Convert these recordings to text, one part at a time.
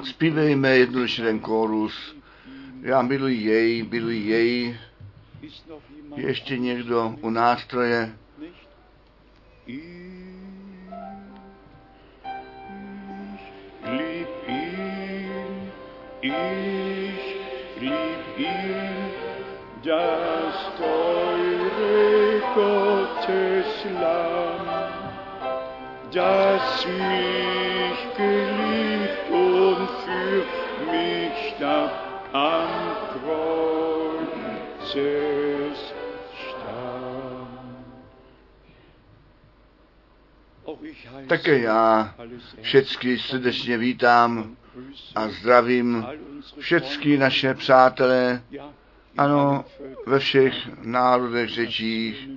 Zpívejme jednoduše ten kórus. Já miluji jej. Je ještě někdo u nástroje? Das teure Gotteslamm, das mich geliebt und für mich starb am Kreuze starb. Také já všecky srdečně vítám a zdravím všechny naše přátelé, ano, ve všech národech, řečích.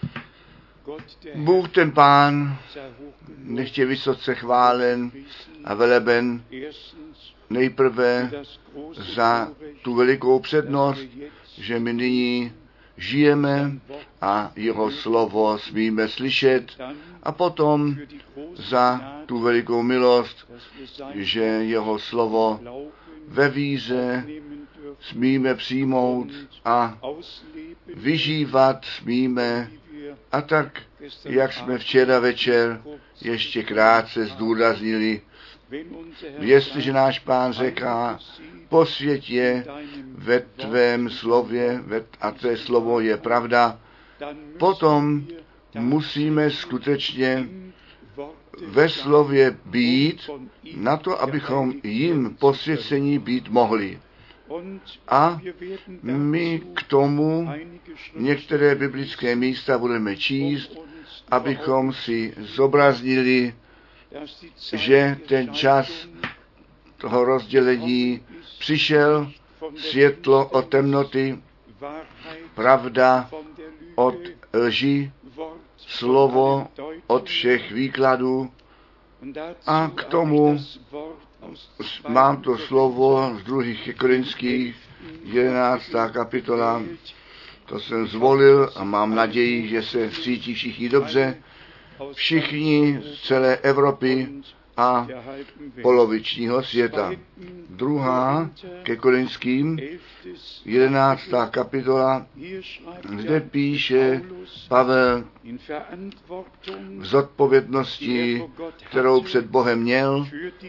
Bůh ten Pán, nech je vysoce chválen a veleben nejprve za tu velikou přednost, že my nyní žijeme a jeho slovo smíme slyšet, a potom za tu velikou milost, že jeho slovo ve víře smíme přijmout a vyžívat smíme. A tak, jak jsme včera večer ještě krátce zdůraznili, jestliže náš Pán říká, posvěť je ve tvém slově, a tvé slovo je pravda, potom musíme skutečně ve slově být na to, abychom jim posvěcení být mohli. A my k tomu některé biblické místa budeme číst, abychom si zobraznili, že ten čas toho rozdělení přišel, světlo od temnoty, pravda od lži, slovo od všech výkladů. A k tomu mám to slovo z 2. Korinských, 11. kapitola. To jsem zvolil a mám naději, že se cítí všichni dobře. Všichni z celé Evropy a polovičního světa. 2. ke Korinským, 11. kapitola, zde píše Pavel v zodpovědnosti, kterou před Bohem měl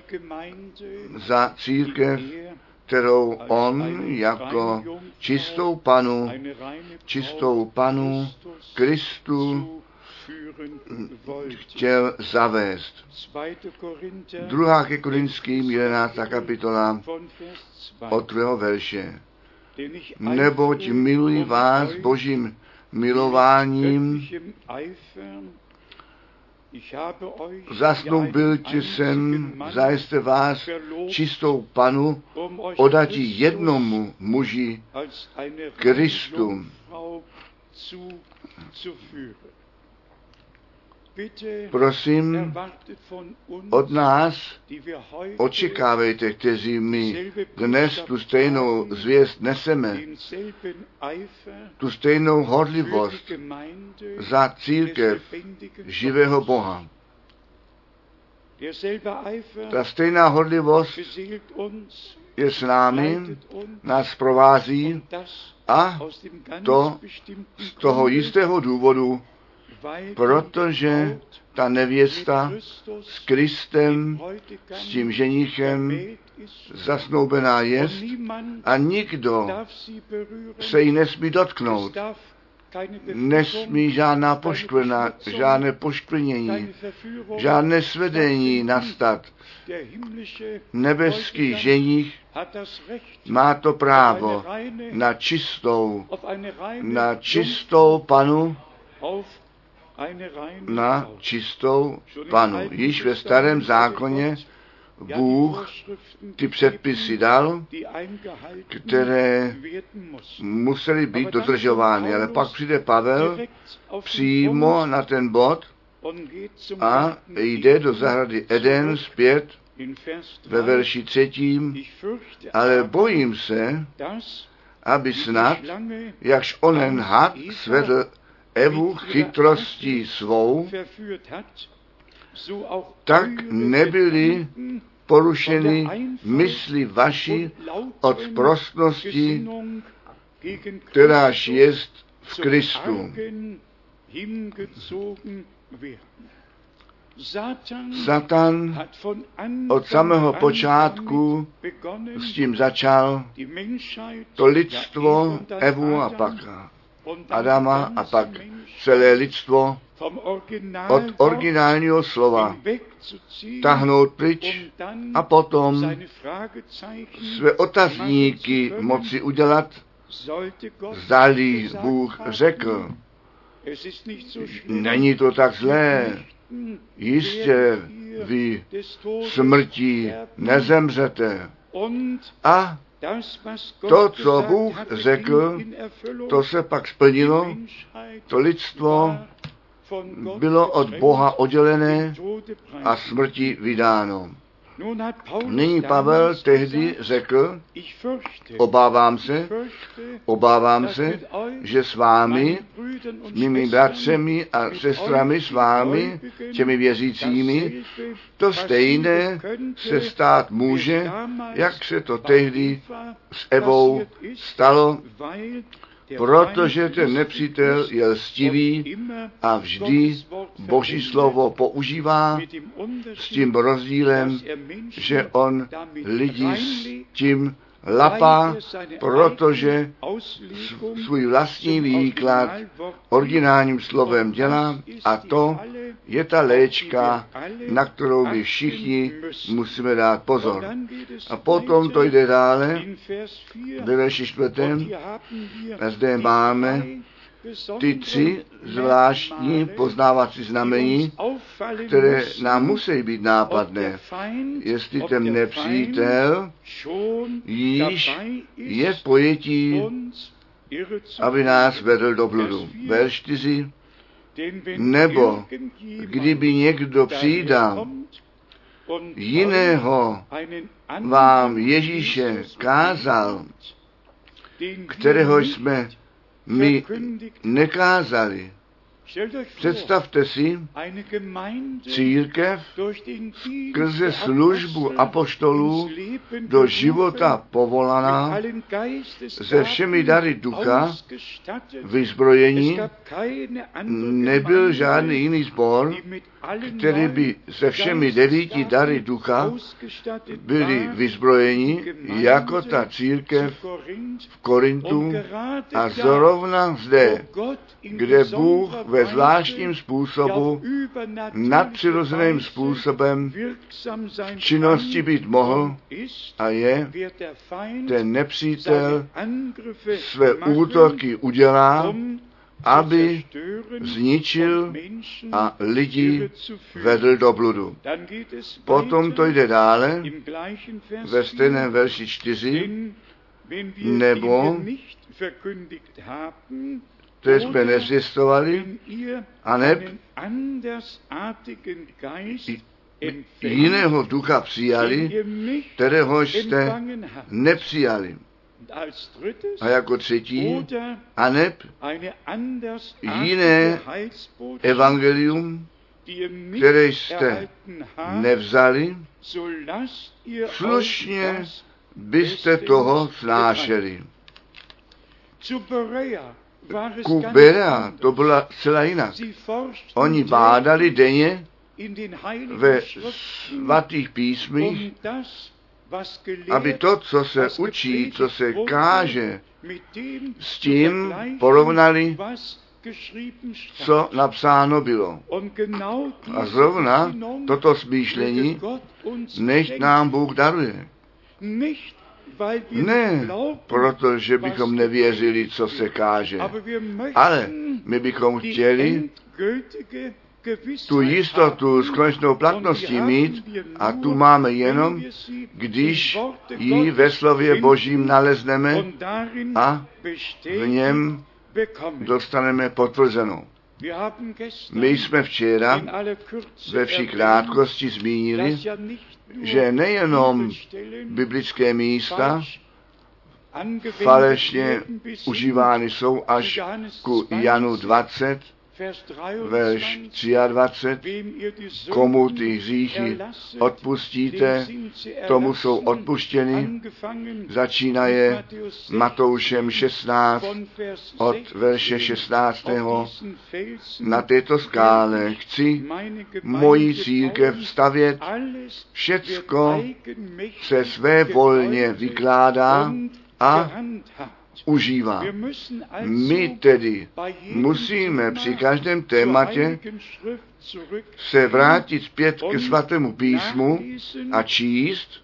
za církev, kterou on jako čistou panu Kristu chtěl zavést. 2. ke Korinským, 11. kapitola, od 2. verše. Neboť miluji vás Božím milováním, zasnoubil jsem zajisté vás čistou panu odati jednomu muži Kristu. Prosím, od nás očekávejte, kteří my dnes tu stejnou zvěst neseme, tu stejnou horlivost za církev živého Boha. Ta stejná horlivost je s námi, nás provází, a to z toho jistého důvodu, protože ta nevěsta s Kristem, s tím ženichem zasnoubená jest a nikdo se jí nesmí dotknout. Nesmí žádné poškvrnění, žádné svedení nastat. Nebeský ženich má to právo na čistou panu, Již ve Starém zákoně Bůh ty předpisy dal, které musely být dodržovány. Ale pak přijde Pavel přímo na ten bod a jde do zahrady Eden zpět ve verši 3. Ale bojím se, aby snad, jakž onen had svedl Evu chytrostí svou, tak nebyli porušeny mysli vaši od prostnosti, kteráž jest v Kristu. Satan od samého počátku s tím začal to lidstvo, Evu a pak Adama a pak celé lidstvo od originálního slova tahnout pryč a potom své otazníky moci udělat, zdali Bůh řekl. Není to tak zlé, jistě vy smrtí nezemřete. A to, co Bůh řekl, to se pak splnilo, to lidstvo bylo od Boha oddělené a smrti vydáno. Nyní Pavel tehdy řekl, obávám se, že s vámi, mými bratřemi a sestrami, s vámi, těmi věřícími, to stejné se stát může, jak se to tehdy s Evou stalo, protože ten nepřítel je lstivý a vždy Boží slovo používá s tím rozdílem, že on lidi s tím lapá, protože svůj vlastní výklad originálním slovem dělá a to je ta léčka, na kterou my všichni musíme dát pozor. A potom to jde dále ve verši 4. A zde máme ty 3 zvláštní poznávací znamení, které nám musí být nápadné. Jestli ten nepřítel již je v pojetí, aby nás vedl do bludu. Verš 4. Nebo kdyby někdo přidal jiného vám Ježíše kázal, kterého jsme my nekázali. Představte si církev skrze službu apoštolů do života povolaná se všemi dary ducha vyzbrojení. Nebyl žádný jiný sbor, který by se všemi 9 dary ducha byli vyzbrojeni jako ta církev v Korintu a zrovna zde, kde Bůh ve zvláštním způsobu, nadpřirozeným způsobem v činnosti být mohl a je, ten nepřítel své útoky udělá, aby zničil a lidi vedl do bludu. Potom to jde dále ve stejném verši 4, nebo to jsme nezvěstovali, aneb jiného ducha přijali, kterého jste nepřijali. A jako 3, aneb jiné evangelium, které jste nevzali, slušně byste toho snášeli. Ku Berea to byla celá jinak. Oni bádali denně ve svatých písmích, aby to, co se učí, co se káže, s tím porovnali, co napsáno bylo. A zrovna toto smýšlení nechť nám Bůh daruje. Ne, protože bychom nevěřili, co se káže, ale my bychom chtěli tu jistotu s konečnou platností mít a tu máme jenom, když ji ve slově Božím nalezneme a v něm dostaneme potvrzenou. My jsme včera ve vší krátkosti zmínili, že nejenom biblické místa falešně užívány jsou až ku Janu 20, verš 23, komu ty hříchy odpustíte, tomu jsou odpuštěny, začínaje Matoušem 16 od verše 16. Na této skále chci moji církev stavět, všecko se své volně vykládá a užívá. My tedy musíme při každém tématě se vrátit zpět ke svatému písmu a číst,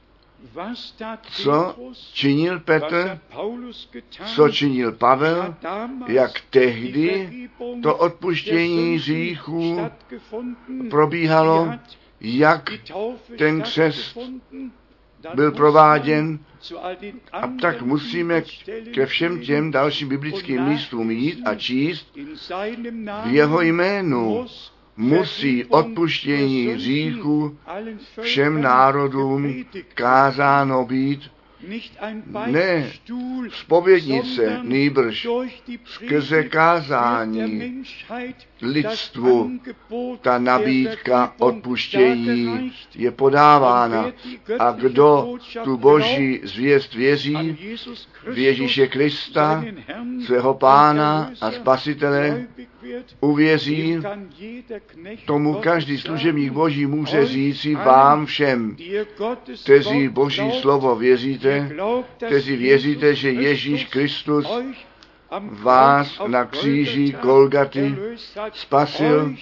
co činil Petr, co činil Pavel, jak tehdy to odpuštění hříchů probíhalo, jak ten křest byl prováděn, a tak musíme ke všem těm dalším biblickým místům jít a číst, v jeho jménu musí odpuštění hříchů všem národům kázáno být, ne zpovědnice, nýbrž skrze kázání lidstvu ta nabídka odpuštění je podávána. A kdo tu Boží zvěst věří, v Ježíše Krista, svého Pána a Spasitele, uvěří, tomu každý služebník Boží může říci vám všem, kteří Boží slovo věříte, kteří věříte, že Ježíš Kristus vás na kříži Golgaty spasil,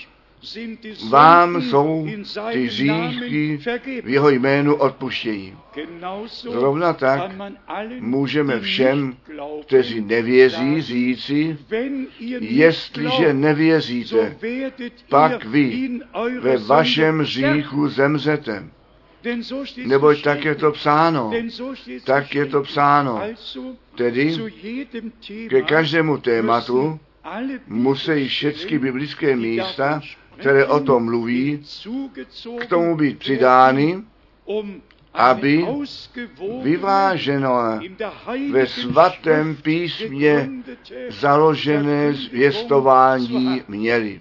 vám jsou ty hříchy v jeho jménu odpuštění. Zrovna tak můžeme všem, kteří nevěří, říci, jestliže nevěříte, pak vy ve vašem hříchu zemřete. Neboť tak je to psáno. Tak je to psáno. Tedy ke každému tématu musí všechny biblické místa, které o tom mluví, k tomu být přidány, aby vyváženo ve svatém písmě založené zvěstování měli.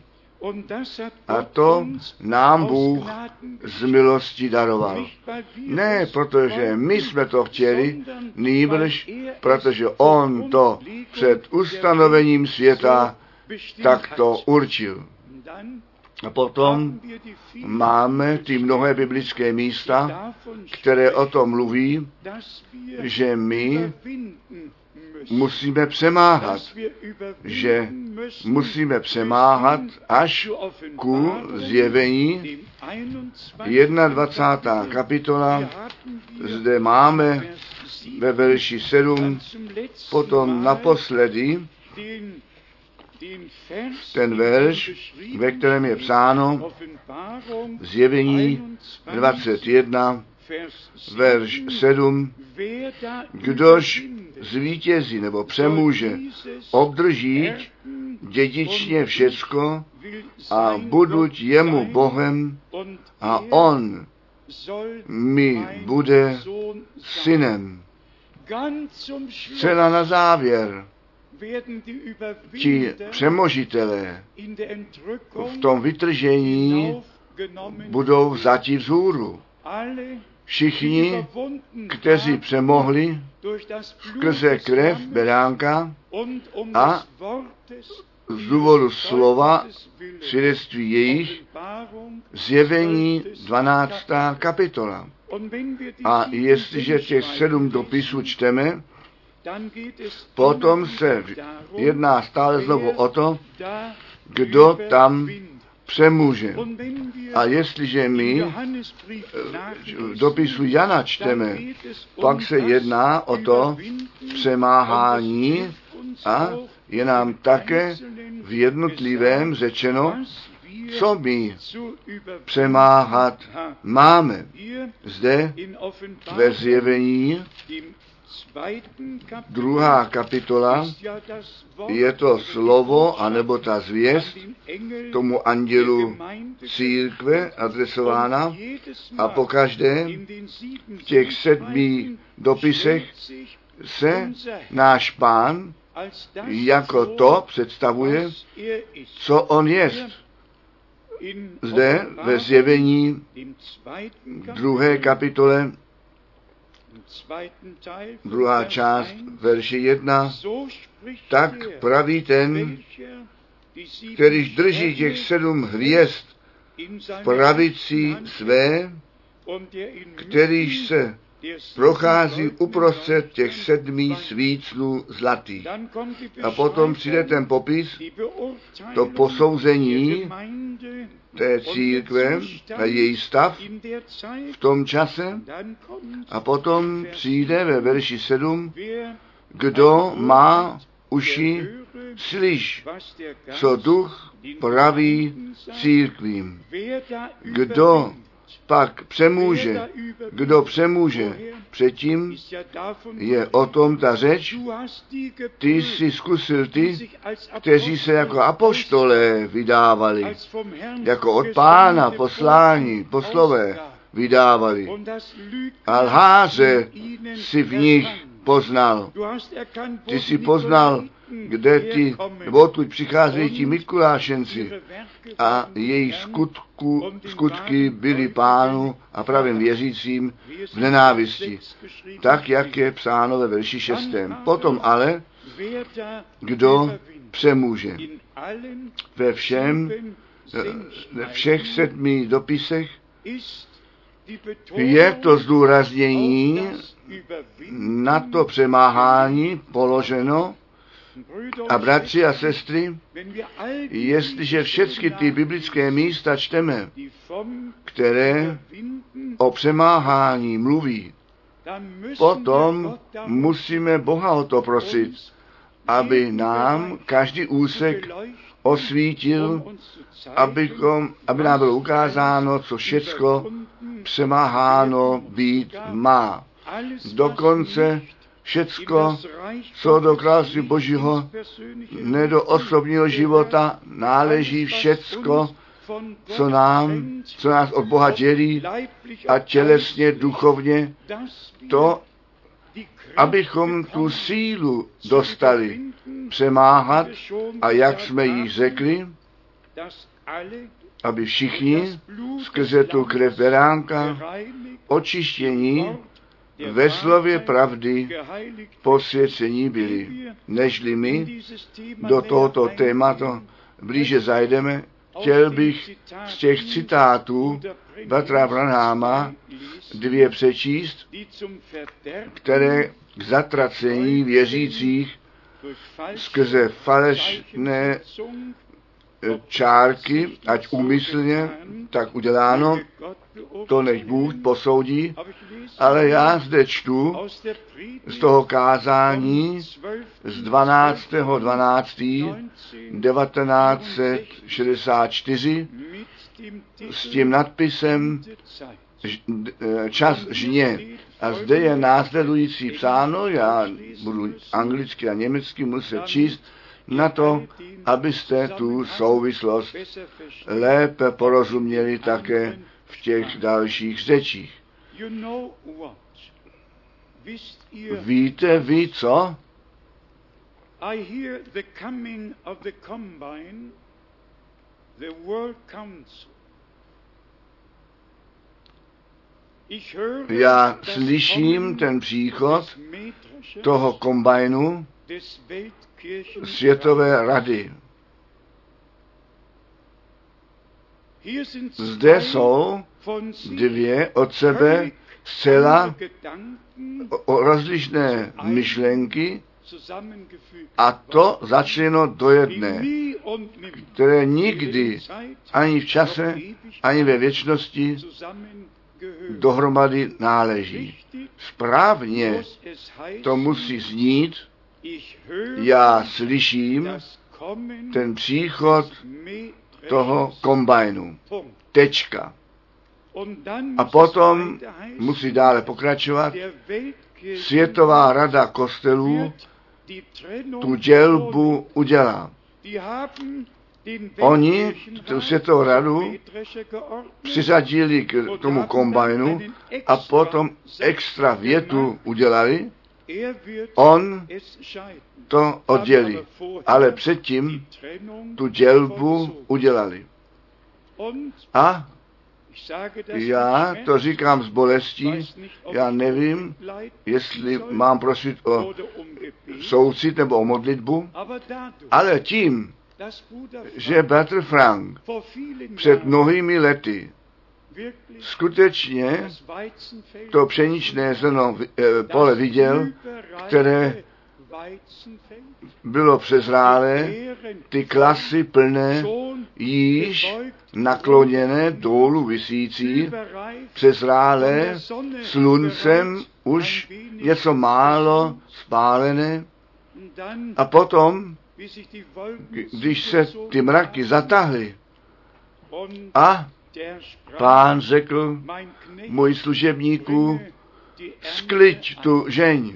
A to nám Bůh z milosti daroval. Ne protože my jsme to chtěli, nýbrž protože On to před ustanovením světa takto určil. A potom máme ty mnohé biblické místa, které o tom mluví, že my musíme přemáhat, že musíme přemáhat až ku zjevení 21. kapitola. Zde máme ve verši 7 potom naposledy ten verš, ve kterém je psáno zjevení 21, verš 7, kdož zvítězí nebo přemůže, obdrží dědičně všecko a buduť jemu Bohem a on mi bude synem. Zcela na závěr ti přemožitelé v tom vytržení budou vzati vzhůru. Všichni, kteří přemohli skrze krev beránka a z důvodu slova svědectví jejich, zjevení 12. kapitola. A jestliže těch 7 dopisů čteme, potom se jedná stále znovu o to, kdo tam přemůže. A jestliže my v dopisu Jana čteme, pak se jedná o to přemáhání a je nám také v jednotlivém řečeno, co my přemáhat máme. Zde ve zjevení 2. kapitola je to slovo, anebo ta zvěst tomu andělu církve adresována a pokaždé v těch 7 dopisech se náš Pán jako to představuje, co on jest. Zde ve Zjevení 2. kapitole, 2. část, verše 1, tak praví ten, kterýž drží těch 7 hvězd v pravici své, kterýž se prochází uprostřed těch 7 svícnů zlatých. A potom přijde ten popis, to posouzení té církve a její stav v tom čase. A potom přijde ve verši 7, kdo má uši, slyš, co duch praví církvím. Kdo pak přemůže, kdo přemůže, předtím je o tom ta řeč, ty jsi zkusil ty, kteří se jako apoštolé vydávali, jako od Pána poslové vydávali. A lháře si v nich poznal. Ty jsi poznal, kde odkud přicházejí ti Mikulášenci a jejich skutky byly Pánu a pravým věřícím v nenávisti, tak, jak je psáno ve verši 6. Potom ale, kdo přemůže ve všech 7 dopisech, je to zdůraznění na to přemáhání položeno. A bratři a sestry, jestliže všechny ty biblické místa čteme, které o přemáhání mluví, potom musíme Boha o to prosit, aby nám každý úsek osvítil, aby nám bylo ukázáno, co všecko přemáháno být má. Dokonce všecko, co do království Božího, ne do osobního života, náleží všecko, co nás od Boha dělí, a tělesně, duchovně, to, abychom tu sílu dostali přemáhat, a jak jsme již řekli, aby všichni skrze tu krev beránka očištění ve slově pravdy posvěcení byli. Nežli my do tohoto tématu blíže zajdeme, chtěl bych z těch citátů bratra Branhama 2 přečíst, které k zatracení věřících skrze falešné čárky, ať úmyslně tak uděláno, to nech Bůh posoudí, ale já zde čtu z toho kázání z 12.12.1964 s tím nadpisem Čas žně. A zde je následující psáno, já budu anglicky a německy muset číst, na to, abyste tu souvislost lépe porozuměli také v těch dalších řečích. Víte vy co? Já slyším ten příchod toho kombajnu Světové rady. Zde jsou 2 od sebe zcela rozlišné myšlenky, a to začleno do jedné, které nikdy ani v čase, ani ve věčnosti dohromady náleží. Správně to musí znít, já slyším ten příchod toho kombajnu. Tečka. A potom musí dále pokračovat. Světová rada kostelů tu dělbu udělá. Oni tu světovou radu přiřadili k tomu kombajnu a potom extra větu udělali. On to oddělí. Ale předtím tu dělbu udělali. A já to říkám s bolestí, já nevím, jestli mám prosit o soucit nebo o modlitbu, ale tím, že bratr Frank před mnohými lety skutečně to pšeničné pole viděl, které bylo přezrálé, ty klasy plné, již nakloněné, dolů visící, přezrálé, sluncem už něco málo spálené. A potom, když se ty mraky zatáhly a Pán řekl, můj služebníku, skliď tu žeň.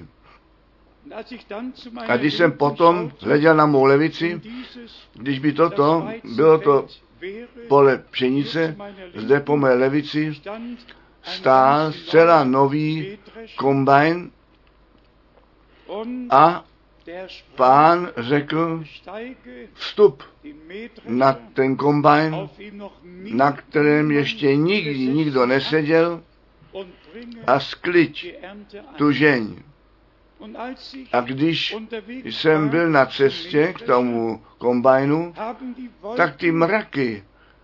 A když jsem potom hleděl na mou levici, když by bylo to pole pšenice, zde po mé levici stál zcela nový kombajn a Pán řekl, vstup na ten kombajn, na kterém ještě nikdy nikdo neseděl, a skliď tu žeň. A když jsem byl na cestě k tomu kombajnu, tak ty mraky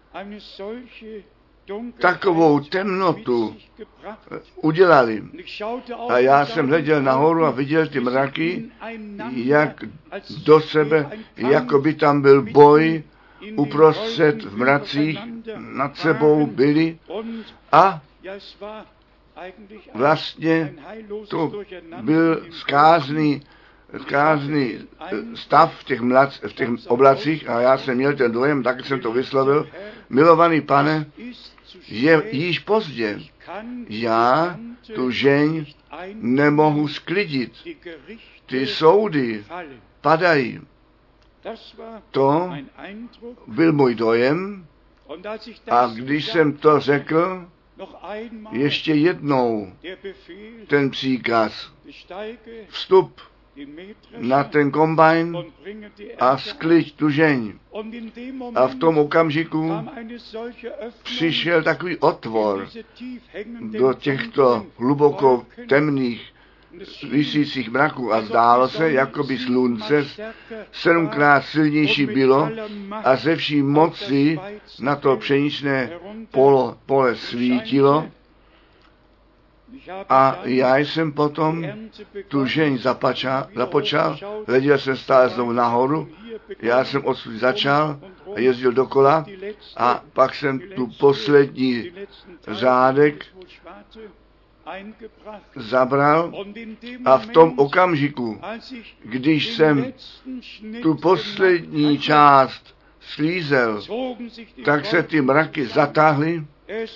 takovou temnotu udělali. A já jsem hleděl nahoru a viděl ty mraky, jak do sebe, jako by tam byl boj uprostřed v mracích, nad sebou byli a vlastně to byl zkázný stav v těch oblacích a já jsem měl ten dojem, tak jsem to vyslovil, milovaný Pane, je již pozdě. Já tu žeň nemohu sklidit. Ty soudy padají. To byl můj dojem a když jsem to řekl, ještě jednou ten příkaz, vstup na ten kombajn a skliď tu žeň. A v tom okamžiku přišel takový otvor do těchto hluboko temných visících mraků a zdálo se, jako by slunce 7krát silnější bylo a ze vší moci na to pšeničné pole svítilo. A já jsem potom tu žeň započal, hleděl jsem stále znovu nahoru, já jsem odsud začal a jezdil dokola a pak jsem tu poslední řádek zabral a v tom okamžiku, když jsem tu poslední část slízel, tak se ty mraky zatáhly,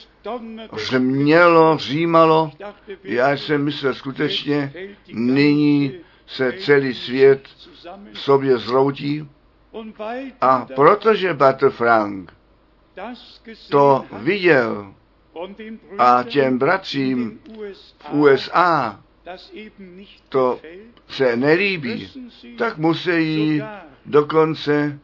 řmělo, římalo. Já jsem myslel skutečně, nyní se celý svět v sobě zhroutí. A protože bratr Frank to viděl a těm bratřím v USA to se nelíbí, tak musí dokonce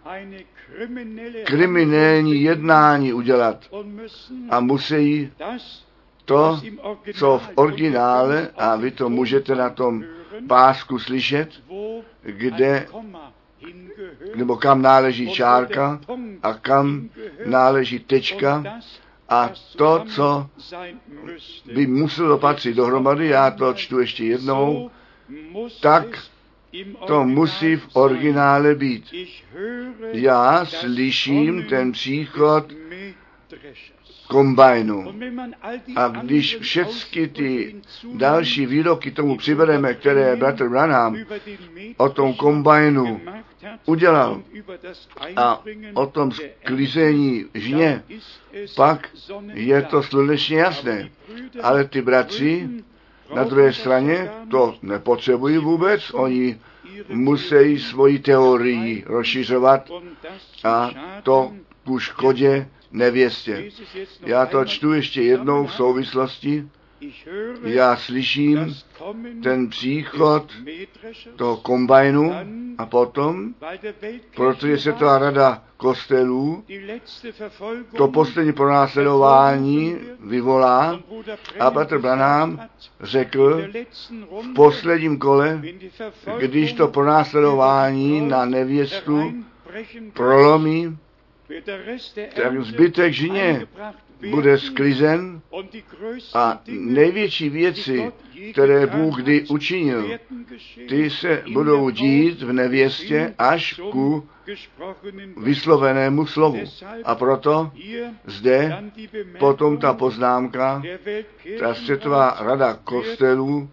kriminální jednání udělat a musí to, co v originále, a vy to můžete na tom pásku slyšet, kde nebo kam náleží čárka a kam náleží tečka, a to, co by muselo patřit dohromady, já to čtu ještě jednou, tak to musí v originále být. Já slyším ten příchod kombajnu. A když všechny ty další výroky tomu přivedeme, které bratr Branham o tom kombajnu udělal a o tom sklizení žně, pak je to slunečně jasné. Ale ty bratři na druhé straně to nepotřebují vůbec, oni musí svoji teorii rozšiřovat a to ku škodě nevěstě. Já to čtu ještě jednou v souvislosti Já slyším ten příchod toho kombajnu a potom, protože se ta rada kostelů to poslední pronásledování vyvolá a bratr Branham řekl v posledním kole, když to pronásledování na nevěstu prolomí, tak zbytek ženě bude sklizen a největší věci, které Bůh kdy učinil, ty se budou dít v nevěstě až ku vyslovenému slovu. A proto zde potom ta poznámka, ta Světová rada kostelů,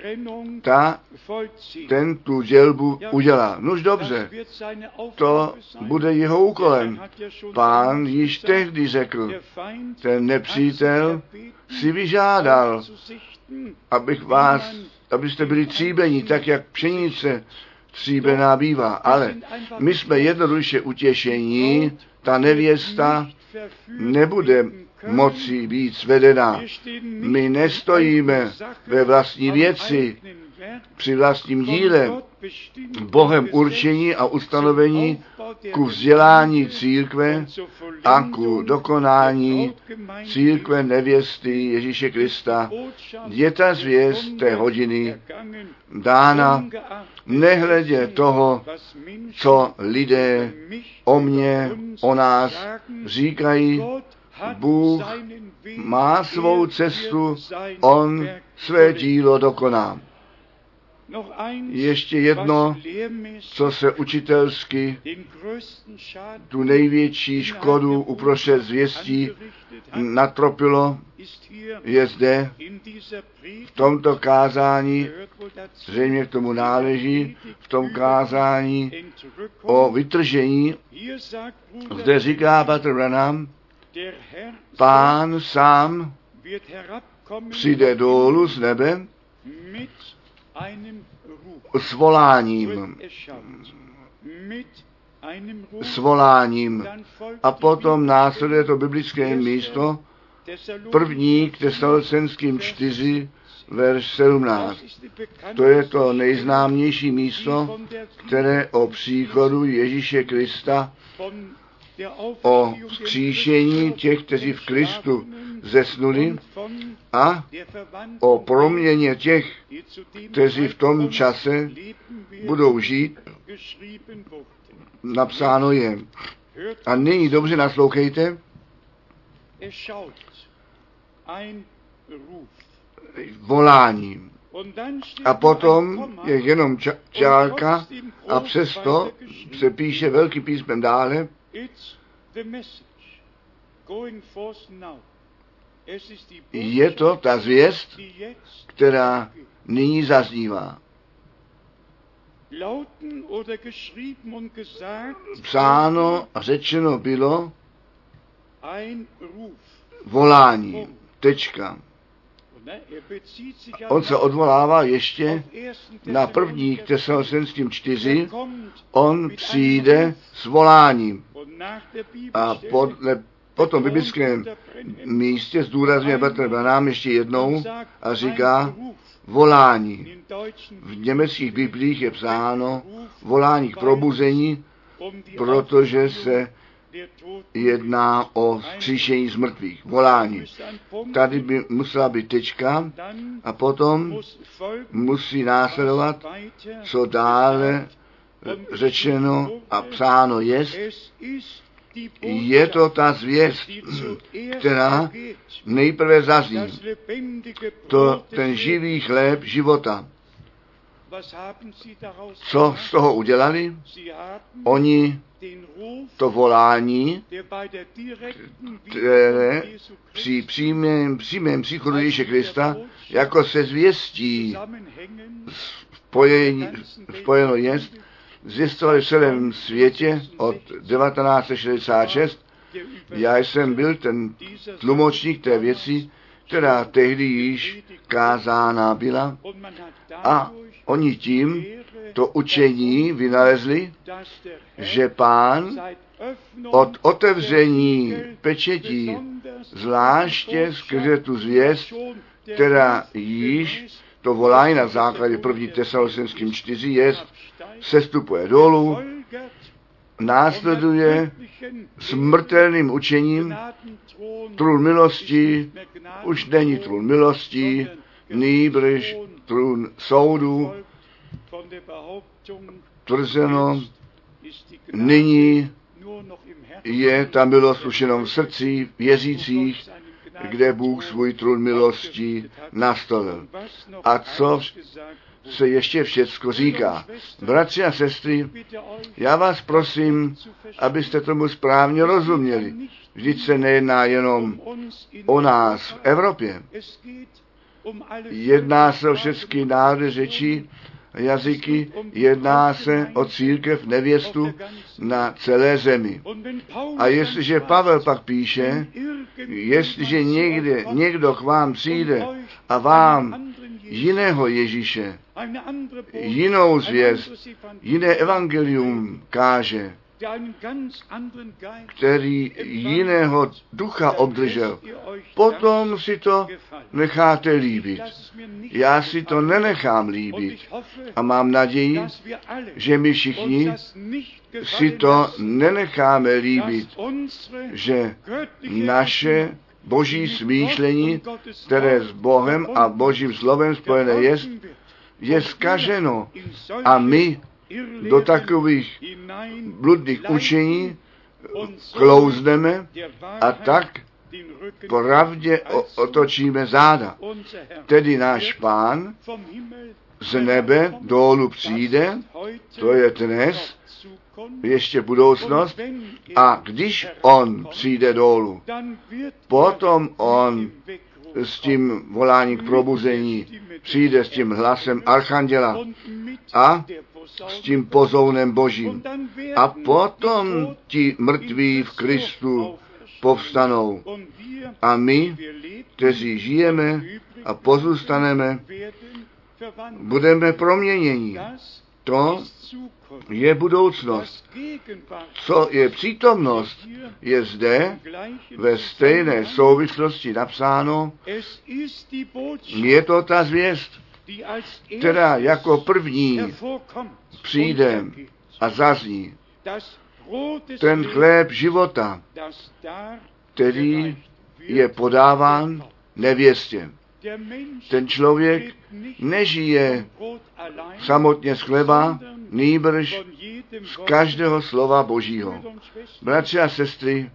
ten tu dělbu udělá. Nož dobře, to bude jeho úkolem. Pán již tehdy řekl, ten nepřítel si vyžádal, abyste byli tříbeni, tak jak pšenice tříbená bývá. Ale my jsme jednoduše utěšení, ta nevěsta nebude moci být svedená. My nestojíme ve vlastní věci, při vlastním díle, Bohem určení a ustanovení ku vzdělání církve a ku dokonání církve nevěsty Ježíše Krista. Je ta zvěst té hodiny dána nehledě toho, co lidé o mně, o nás říkají. Bůh má svou cestu, on své dílo dokoná. Ještě jedno, co se učitelsky tu největší škodu uprostřed zvěstí natropilo, je zde v tomto kázání, zřejmě k tomu náleží, v tom kázání o vytržení. Zde říká bratr Branham, Pán sám přijde dolů z nebe s voláním. A potom následuje to biblické místo, 1. k Tesalonickým 4, verš 17. To je to nejznámější místo, které o příchodu Ježíše Krista, o vzkříšení těch, kteří v Kristu zesnuli a o proměně těch, kteří v tom čase budou žít, napsáno je. A nyní dobře naslouchejte. Volání. A potom je jenom čárka a přesto se píše velkým písmem dále. Je to ta zvěst, která nyní zaznívá. Psáno a řečeno bylo volání. Tečka. On se odvolává ještě na 1. k Tesalonickým 4. On přijde s voláním. A po tom biblickém místě zdůrazňuje bratr Branham ještě jednou a říká volání. V německých biblích je psáno volání k probuzení, protože se jedná o vzkříšení z mrtvých. Volání. Tady by musela být tečka a potom musí následovat, co dále řečeno a psáno je to ta zvěst, která nejprve zazní. To ten živý chléb života. Co z toho udělali? Oni to volání, které při přímém příchodu Ježíše Krista, jako se zvěstí spojeno jest, zvěstovali v celém světě od 1966. Já jsem byl ten tlumočník té věci, která tehdy již kázána byla a oni tím to učení vynalezli, že Pán od otevření pečetí, zvláště skrze tu zvěst, která již to volání na základě 1. Tesalonickým 4 je, sestupuje dolů, následuje smrtelným učením. Trůn milosti už není trůn milosti, nýbrž trůn soudu. Tvrzeno, nyní je ta milost už jenom v srdci věřících, kde Bůh svůj trůn milosti nastavil. A co se ještě všecko říká? Bratři a sestry, já vás prosím, abyste tomu správně rozuměli. Vždyť se nejedná jenom o nás v Evropě. Jedná se o všechny národy, řeči, jazyky, jedná se o církev nevěstu na celé zemi. A jestliže Pavel pak píše, jestliže někdo k vám přijde a vám jiného Ježíše, jinou zvěst, jiné evangelium káže, který jiného ducha obdržel, potom si to necháte líbit. Já si to nenechám líbit. A mám naději, že my všichni si to nenecháme líbit, že naše boží smýšlení, které s Bohem a božím slovem spojené je zkaženo. A my do takových bludných učení klouzneme a tak pravdě otočíme záda. Tedy náš Pán z nebe dolů přijde, to je dnes, ještě budoucnost, a když on přijde dolů, potom on s tím voláním k probuzení přijde s tím hlasem archanděla a s tím pozounem božím. A potom ti mrtví v Kristu povstanou. A my, kteří žijeme a pozůstaneme, budeme proměněni. To je budoucnost. Co je přítomnost, je zde ve stejné souvislosti napsáno, je to ta zvěst, která jako první přijde a zazní. Ten chléb života, který je podáván nevěstě. Ten člověk nežije samotně z chleba, nýbrž z každého slova Božího. Bratři a sestry,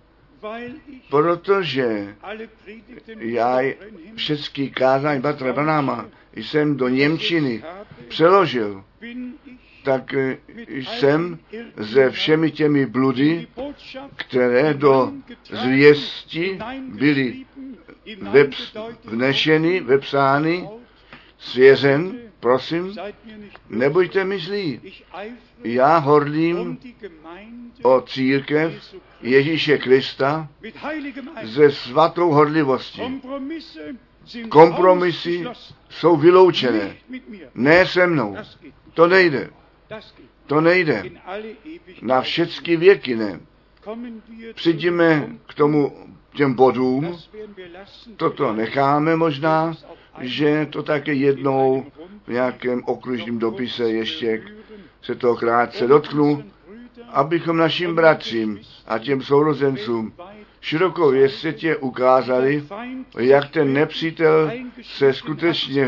protože já všechny kázání bratra Branhama jsem do němčiny přeložil, tak jsem se všemi těmi bludy, které do zvěsti byly vnešeny, vepsány, svěřen, prosím, nebuďte myslí. Já horlím o církev Ježíše Krista se svatou horlivostí. Kompromisy jsou vyloučené. Ne se mnou. To nejde. To nejde. Na všechny věky ne. Přijdeme k těm bodům. Toto necháme možná, že to také jednou v nějakém okružním dopise ještě se toho krátce dotknu, abychom našim bratřím a těm sourozencům širokou věstětě ukázali, jak ten nepřítel se skutečně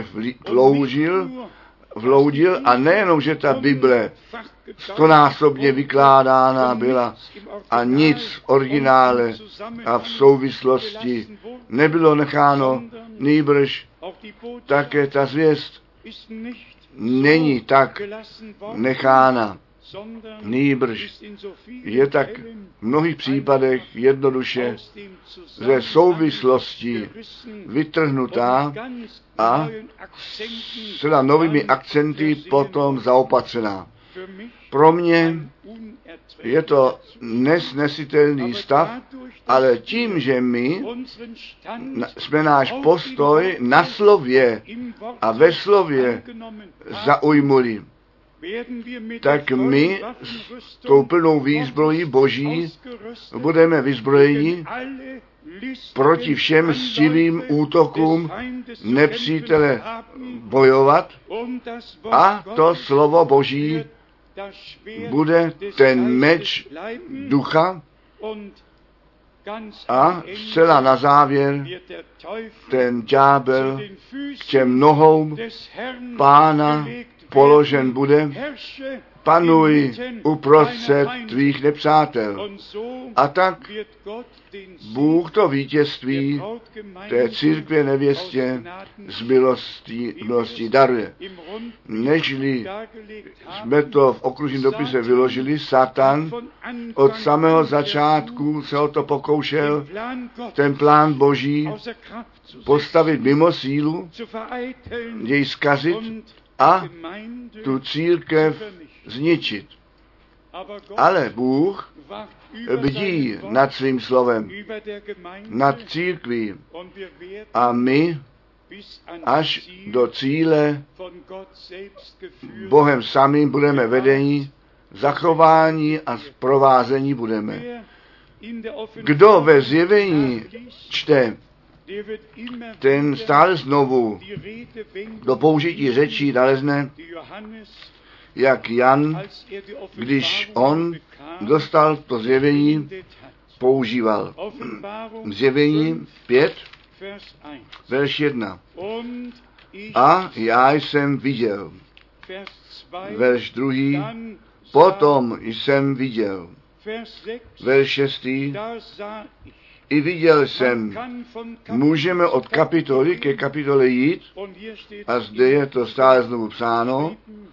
vloudil a nejenom, že ta Bible 100násobně vykládána byla a nic v originále a v souvislosti nebylo necháno, nýbrž také ta zvěst není tak nechána, nýbrž je tak v mnohých případech jednoduše ze souvislosti vytrhnutá a s novými akcenty potom zaopatřená. Pro mě je to nesnesitelný stav, ale tím, že my jsme náš postoj na slově a ve slově zaujmuli, tak my s tou plnou výzbrojí Boží budeme vyzbrojeni proti všem stivým útokům nepřítele bojovat a to slovo Boží bude ten meč ducha a zcela na závěr ten ďábel k těm nohou Pána položen bude. Panuj uprostřed tvých nepřátel. A tak Bůh to vítězství té církve nevěstě z milostí daruje. Nežli jsme to v okružním dopise vyložili, Satan od samého začátku se o to pokoušel ten plán Boží postavit mimo sílu, jej zkazit a tu církev zničit. Ale Bůh bdí nad svým slovem, nad církví a my až do cíle Bohem samým budeme vedeni, zachování a provázení budeme. Kdo ve zjevení čte, ten stále znovu do použití řečí nalezne, jak Jan, když on dostal to zjevení, používal. Zjevení 5, verš 1. A já jsem viděl. Verš 2. Potom jsem viděl. Verš 6. I viděl jsem. Můžeme od kapitoly ke kapitole jít a zde je to stále znovu psáno.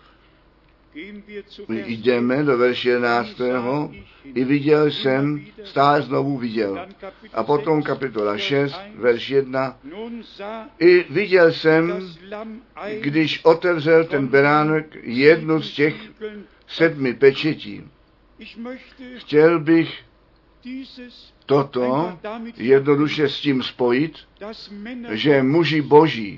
Jdeme do verše 11. I viděl jsem, stále znovu viděl. A potom kapitola 6, verš 1. I viděl jsem, když otevřel ten beránek jednu z těch 7 pečetí. Chtěl bych toto jednoduše s tím spojit, že muži boží,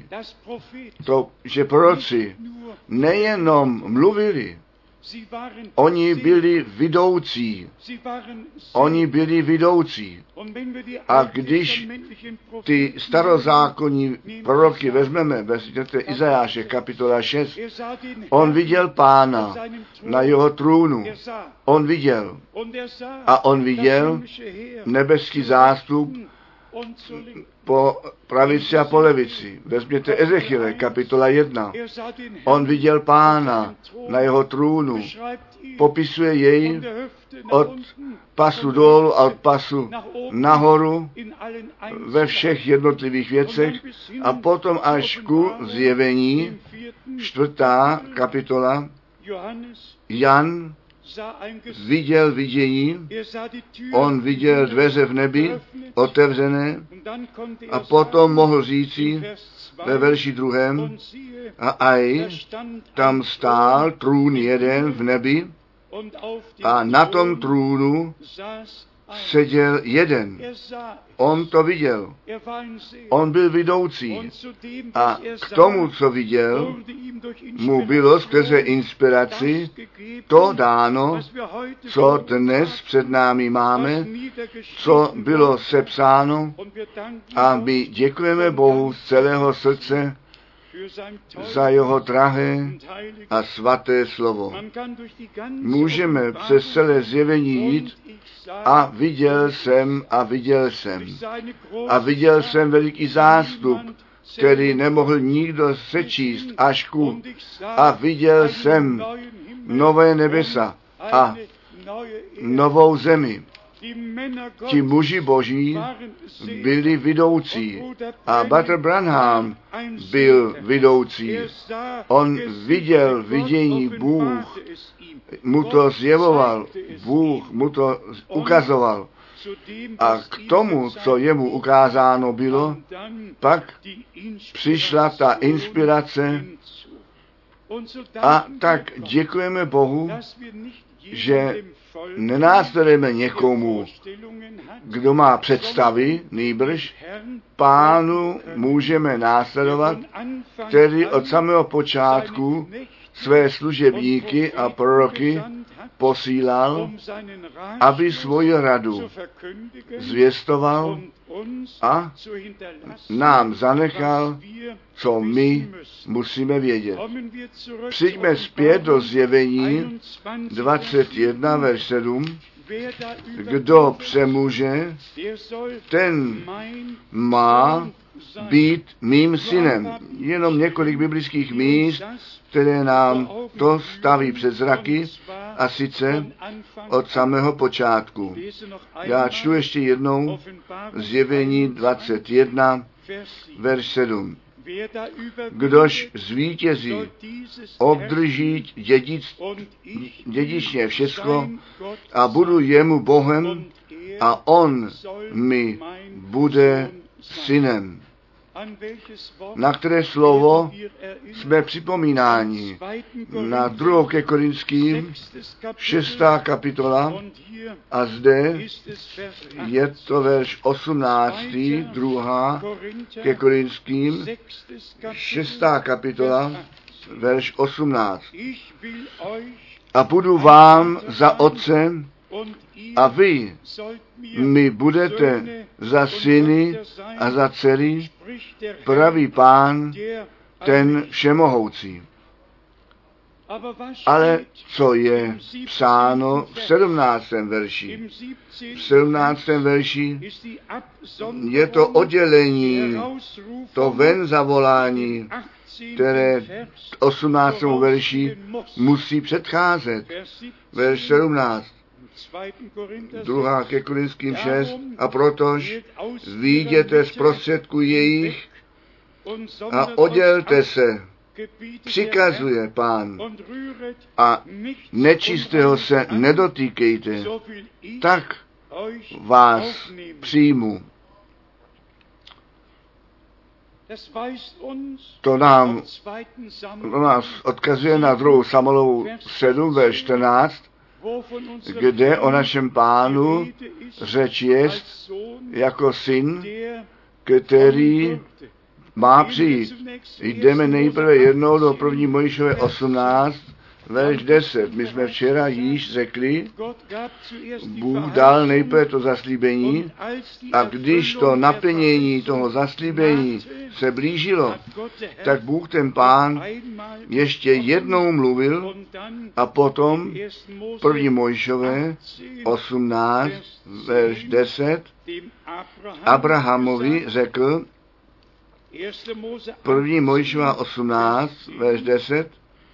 že proroci nejenom mluvili, oni byli vidoucí. Oni byli vidoucí. A když ty starozákonní proroky vezmeme, vezměte Izajáše, kapitola 6, on viděl Pána na jeho trůnu. On viděl. A on viděl nebeský zástup po pravici a po levici. Vezměte Ezechiele, kapitola 1. On viděl Pána na jeho trůnu. Popisuje jej od pasu dolů a od pasu nahoru ve všech jednotlivých věcech a potom až ku zjevení 4. kapitola. Jan viděl vidění, on viděl dveře v nebi otevřené a potom mohl říci ve verši 2. A aj tam stál trůn jeden v nebi a na tom trůnu seděl jeden. On to viděl. On byl vidoucí. A k tomu, co viděl, mu bylo skrze inspiraci to dáno, co dnes před námi máme, co bylo sepsáno a my děkujeme Bohu z celého srdce za jeho drahé a svaté slovo. Můžeme přes celé zjevení jít a viděl jsem a viděl jsem. A viděl jsem veliký zástup, který nemohl nikdo sečíst až ku. A viděl jsem nové nebesa a novou zemi. Ti muži boží byli vidoucí a Brother Branham byl vidoucí. On viděl vidění, Bůh mu to zjevoval, Bůh mu to ukazoval. A k tomu, co jemu ukázáno bylo, pak přišla ta inspirace a tak děkujeme Bohu, že nenásledujeme někomu, kdo má představy, nýbrž Pánu můžeme následovat, který od samého počátku své služebníky a proroky posílal, aby svoji radu zvěstoval a nám zanechal, co my musíme vědět. Přijďme zpět do Zjevení 21, verš 7. Kdo přemůže, ten má být mým synem. Jenom několik biblických míst, které nám to staví před zraky, a sice od samého počátku. Já čtu ještě jednou Zjevení 21, verš 7. Kdož zvítězí, obdrží dědičně všecko a budu jemu Bohem a on mi bude synem. Na které slovo jsme připomínáni? Na 2. ke Korinským, 6. kapitola, a zde je to verš 18. 2. ke Korinským, 6. kapitola, verš 18. A budu vám za otce, a vy mi budete za syny a za dcery, praví Pán, ten všemohoucí. Ale co je psáno v 17. verši? V 17. verši je to oddělení, to ven zavolání, které 18. verši musí předcházet. Verš 17. 2. ke Korinským 6. A protož vyjděte z prostředku jejich a oddělte se, přikazuje Pán, a nečistého se nedotýkejte, tak vás přijmu. To nás odkazuje na 2. Samuelovu 7, verš 14, kde o našem Pánu řeč jest jako syn, který má přijít. Jdeme nejprve jednou do 1. Mojžíšové 18, verš 10. My jsme včera již řekli, Bůh dal nejprve to zaslíbení, a když to naplnění toho zaslíbení se blížilo, tak Bůh ten Pán ještě jednou mluvil a potom 1. Mojžíšové 18, verš 10 Abrahamovi řekl, 1. Mojžíšova 18, verš 10,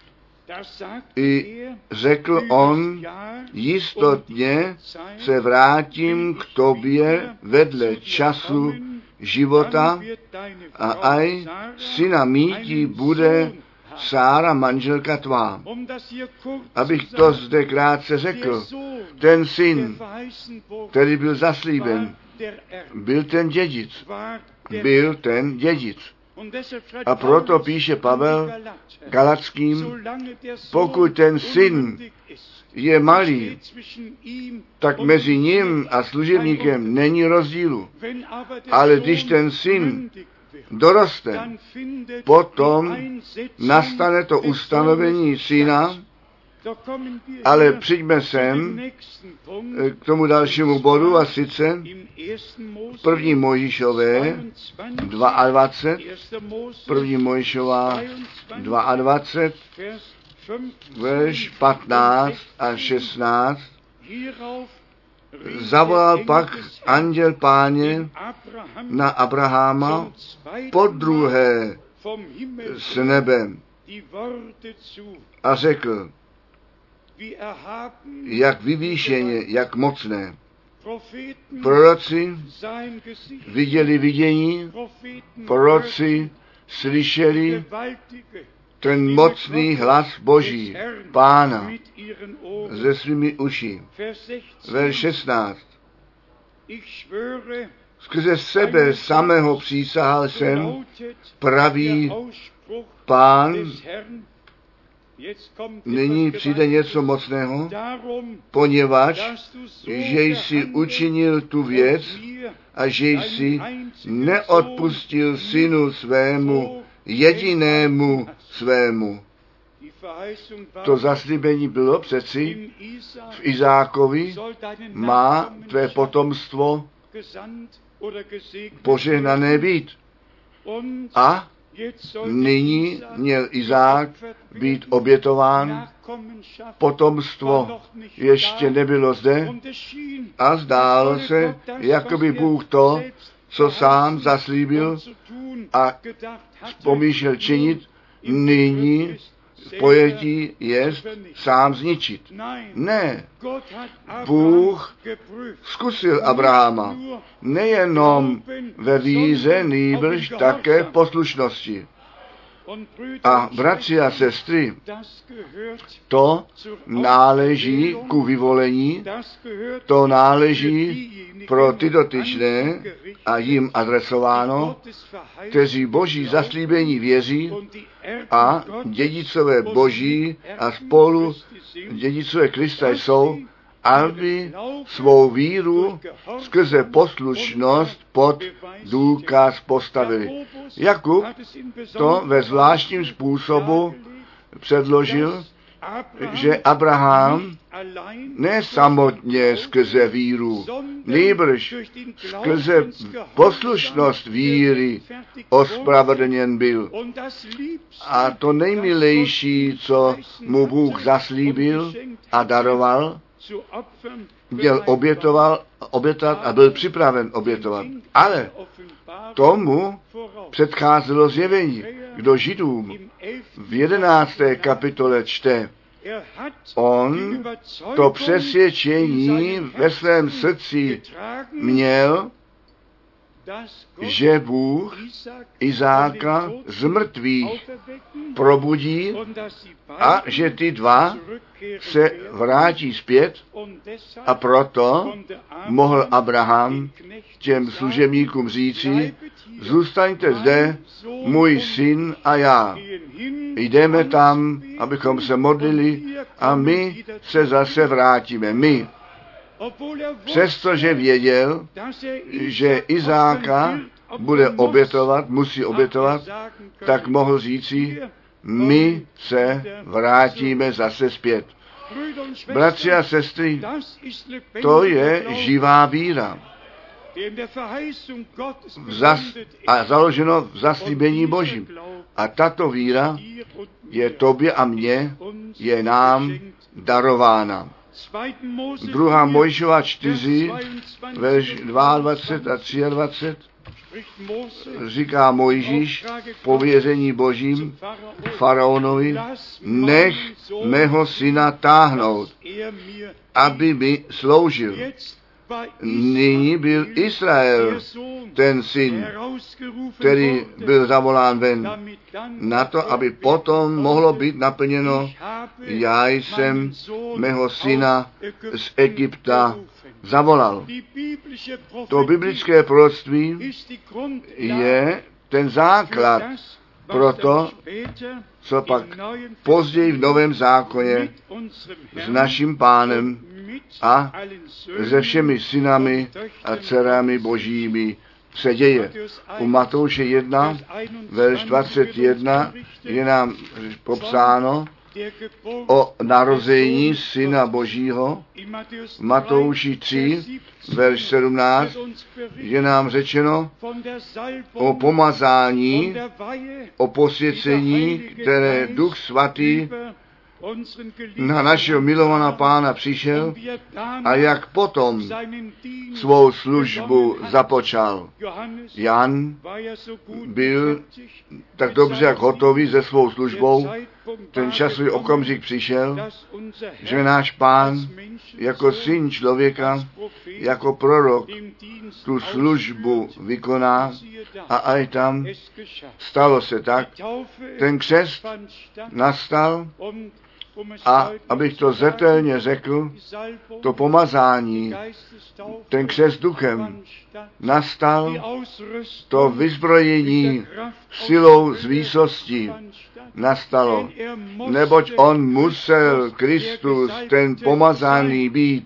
i řekl on, jistotně se vrátím k tobě vedle času života a aj syna míti bude Sára manželka tvá. Abych to zde krátce řekl, ten syn, který byl zaslíben, byl ten dědic. Byl ten dědic. A proto píše Pavel Galackým, pokud ten syn je malý, tak mezi ním a služebníkem není rozdílu. Ale když ten syn doroste, potom nastane to ustanovení syna, ale přijďme sem k tomu dalšímu bodu, a sice 1. Mojžíšové 22, 1. Mojžíšova 22, verš 15 a 16. Zavolal pak anděl Páně na Abrahama podruhé s nebem a řekl, jak vyvýšeně, jak mocné. Proroci viděli vidění, proroci slyšeli ten mocný hlas Boží, Pána, ze svými uši. Verš 16. Skrze sebe samého přísahal jsem, praví Pán. Nyní přijde něco mocného, poněvadž, že jsi učinil tu věc a že jsi neodpustil synu svému, jedinému svému. To zaslíbení bylo přeci v Izákovi, má tvé potomstvo požehnané být. A nyní měl Izák být obětován, potomstvo ještě nebylo zde a zdálo se, jako by Bůh to, co sám zaslíbil a pomýšlel činit, nyní v pojetí jest sám zničit. Ne, Bůh zkusil Abrahama nejenom ve víře, nýbrž také poslušnosti. A bratři a sestry, to náleží ku vyvolení, to náleží pro ty dotyčné a jim adresováno, kteří Boží zaslíbení věří a dědicové Boží a spolu dědicové Krista jsou, aby svou víru skrze poslušnost pod důkaz postavili. Jakub to ve zvláštním způsobu předložil, že Abraham ne samotně skrze víru, nýbrž skrze poslušnost víry ospravedlněn byl. A to nejmilejší, co mu Bůh zaslíbil a daroval, měl obětovat a byl připraven obětovat. Ale tomu předcházelo zjevení. Kdo Židům v 11. kapitole čte, on to přesvědčení ve svém srdci měl, že Bůh Izáka z mrtvých probudí a že ty dva se vrátí zpět a proto mohl Abraham těm služebníkům říci, zůstaňte zde, můj syn a já. Jdeme tam, abychom se modlili a my se zase vrátíme. My. Přestože věděl, že Izáka bude obětovat, musí obětovat, tak mohl říci, my se vrátíme zase zpět. Bratři a sestry, to je živá víra. A založeno v zaslíbení Božím. A tato víra je tobě a mně, je nám darována. 2. Mojžíšova 4, verš 22 a 23, říká Mojžíš pověření Božím faraonovi, nech mého syna táhnout, aby mi sloužil. Nyní byl Izrael ten syn, který byl zavolán ven, na to, aby potom mohlo být naplněno, já jsem mého syna z Egypta zavolal. To biblické proroctví je ten základ pro to, co pak později v Novém zákoně s naším Pánem a se všemi synami a dcerami božími se děje. U Matouše 1, verš 21 je nám popsáno o narození Syna Božího. V Matouši 3, verš 17 je nám řečeno o pomazání, o posvěcení, které Duch Svatý na našeho milovaného Pána přišel a jak potom svou službu započal. Jan byl tak dobře jak hotový se svou službou. Ten časový okamžik přišel, že náš Pán jako syn člověka, jako prorok tu službu vykoná a aj tam stalo se tak. Ten křest nastal a abych to zřetelně řekl, to pomazání, ten křest duchem nastal, to vyzbrojení silou z výsosti nastalo, neboť on musel, Kristus, ten pomazaný být.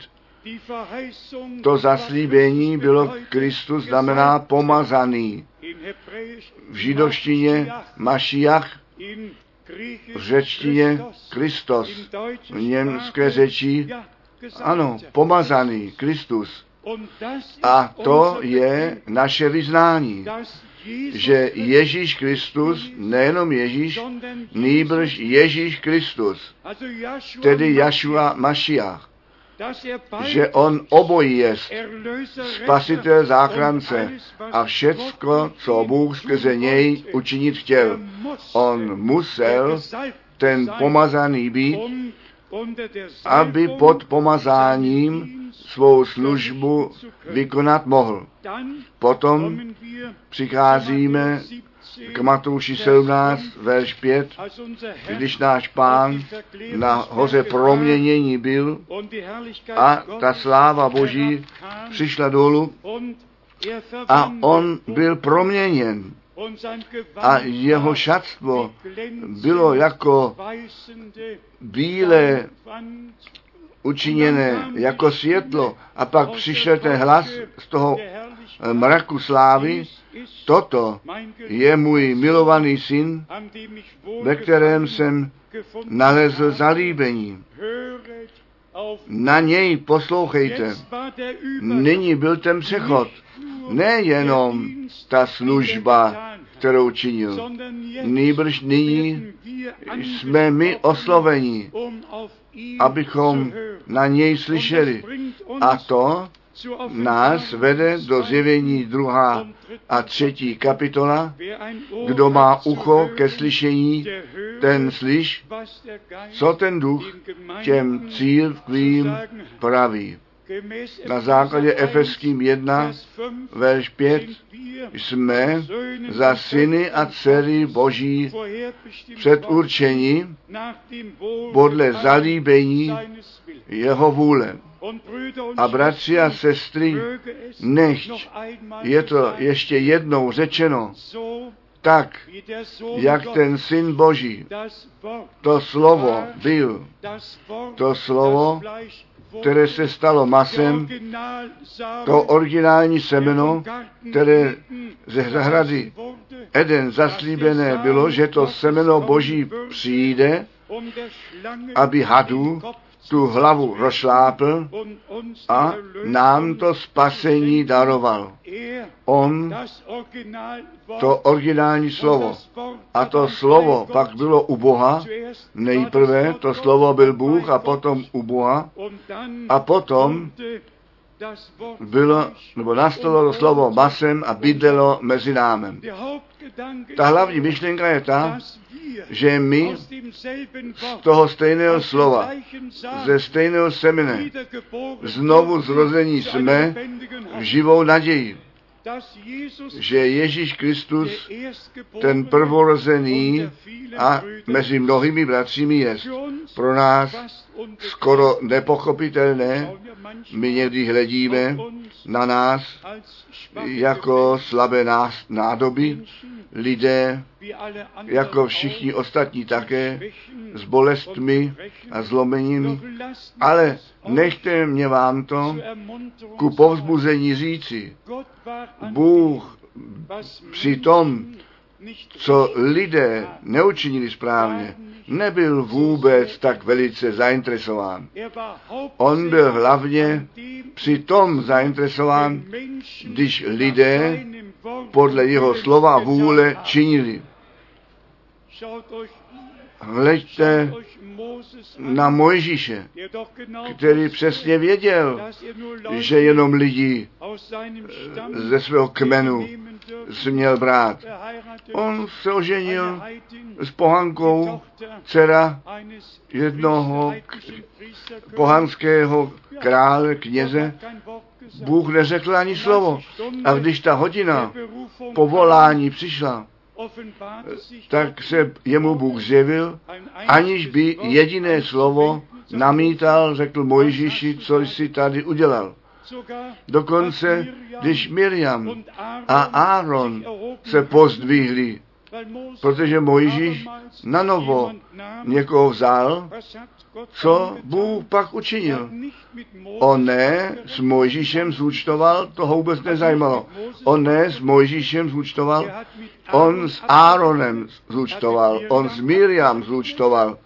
To zaslíbení bylo Kristus, znamená pomazaný. V židovštině Mašiach, v řečtině Kristos, v němské řeči, ano, pomazaný Kristus. A to je naše vyznání, že Ježíš Kristus, nejenom Ježíš, nýbrž Ježíš Kristus, tedy Jašua Mašiach, že on obojí jest, spasitel, záchrance a všecko, co Bůh skrze něj učinit chtěl. On musel ten pomazaný být, aby pod pomazáním svou službu vykonat mohl. Potom přicházíme k Matouši 17, verš 5, když náš Pán na hoře proměnění byl a ta sláva Boží přišla dolů a on byl proměněn. A jeho šatstvo bylo jako bílé učiněné, jako světlo. A pak přišel ten hlas z toho mraku slávy: toto je můj milovaný syn, ve kterém jsem nalezl zalíbení. Na něj poslouchejte. Nyní byl ten přechod. Nejenom ta služba, kterou činil, nýbrž nyní jsme my osloveni, abychom na něj slyšeli. A to nás vede do Zjevení 2. a 3. kapitola. Kdo má ucho ke slyšení, ten slyš, co ten duch těm církvím praví. Na základě Efeským 1, verš 5, jsme za syny a dcery Boží předurčeni podle zalíbení jeho vůle. A bratři a sestry, nechť je to ještě jednou řečeno, tak, jak ten Syn Boží, to slovo byl, to slovo, které se stalo masem, to originální semeno, které ze zahrady Eden zaslíbené bylo, že to semeno Boží přijde, aby hadu tu hlavu rozšlápl a nám to spasení daroval. On to originální slovo. A to slovo pak bylo u Boha. Nejprve to slovo byl Bůh a potom u Boha. A potom bylo, nebo nastalo to slovo masem a bydlelo mezi námi. Ta hlavní myšlenka je ta, že my z toho stejného slova, ze stejného semene, znovu zrození jsme v živou naději, že Ježíš Kristus, ten prvorozený a mezi mnohými bratřími jest. Pro nás skoro nepochopitelné, my někdy hledíme na nás jako slabé nádoby, lidé, jako všichni ostatní také, s bolestmi a zlomením, ale nechte mě vám to ku povzbuzení říci. Bůh při tom, co lidé neučinili správně, nebyl vůbec tak velice zainteresován. On byl hlavně při tom zainteresován, když lidé podle jeho slova vůle činili. Hleďte na Mojžíše, který přesně věděl, že jenom lidi ze svého kmenu směl brát. On se oženil s pohankou, dcera jednoho pohanského krále, kněze. Bůh neřekl ani slovo. A když ta hodina povolání přišla, tak se jemu Bůh zjevil, aniž by jediné slovo namítal, řekl Mojžíši, co jsi tady udělal. Dokonce, když Miriam a Áron se pozdvihli protože Mojžíš na novo někoho vzal, co Bůh pak učinil. On ne s Mojžíšem zúčtoval, to ho vůbec nezajímalo. On ne s Mojžíšem zúčtoval, on s Áronem zúčtoval, on s Miriam zúčtoval.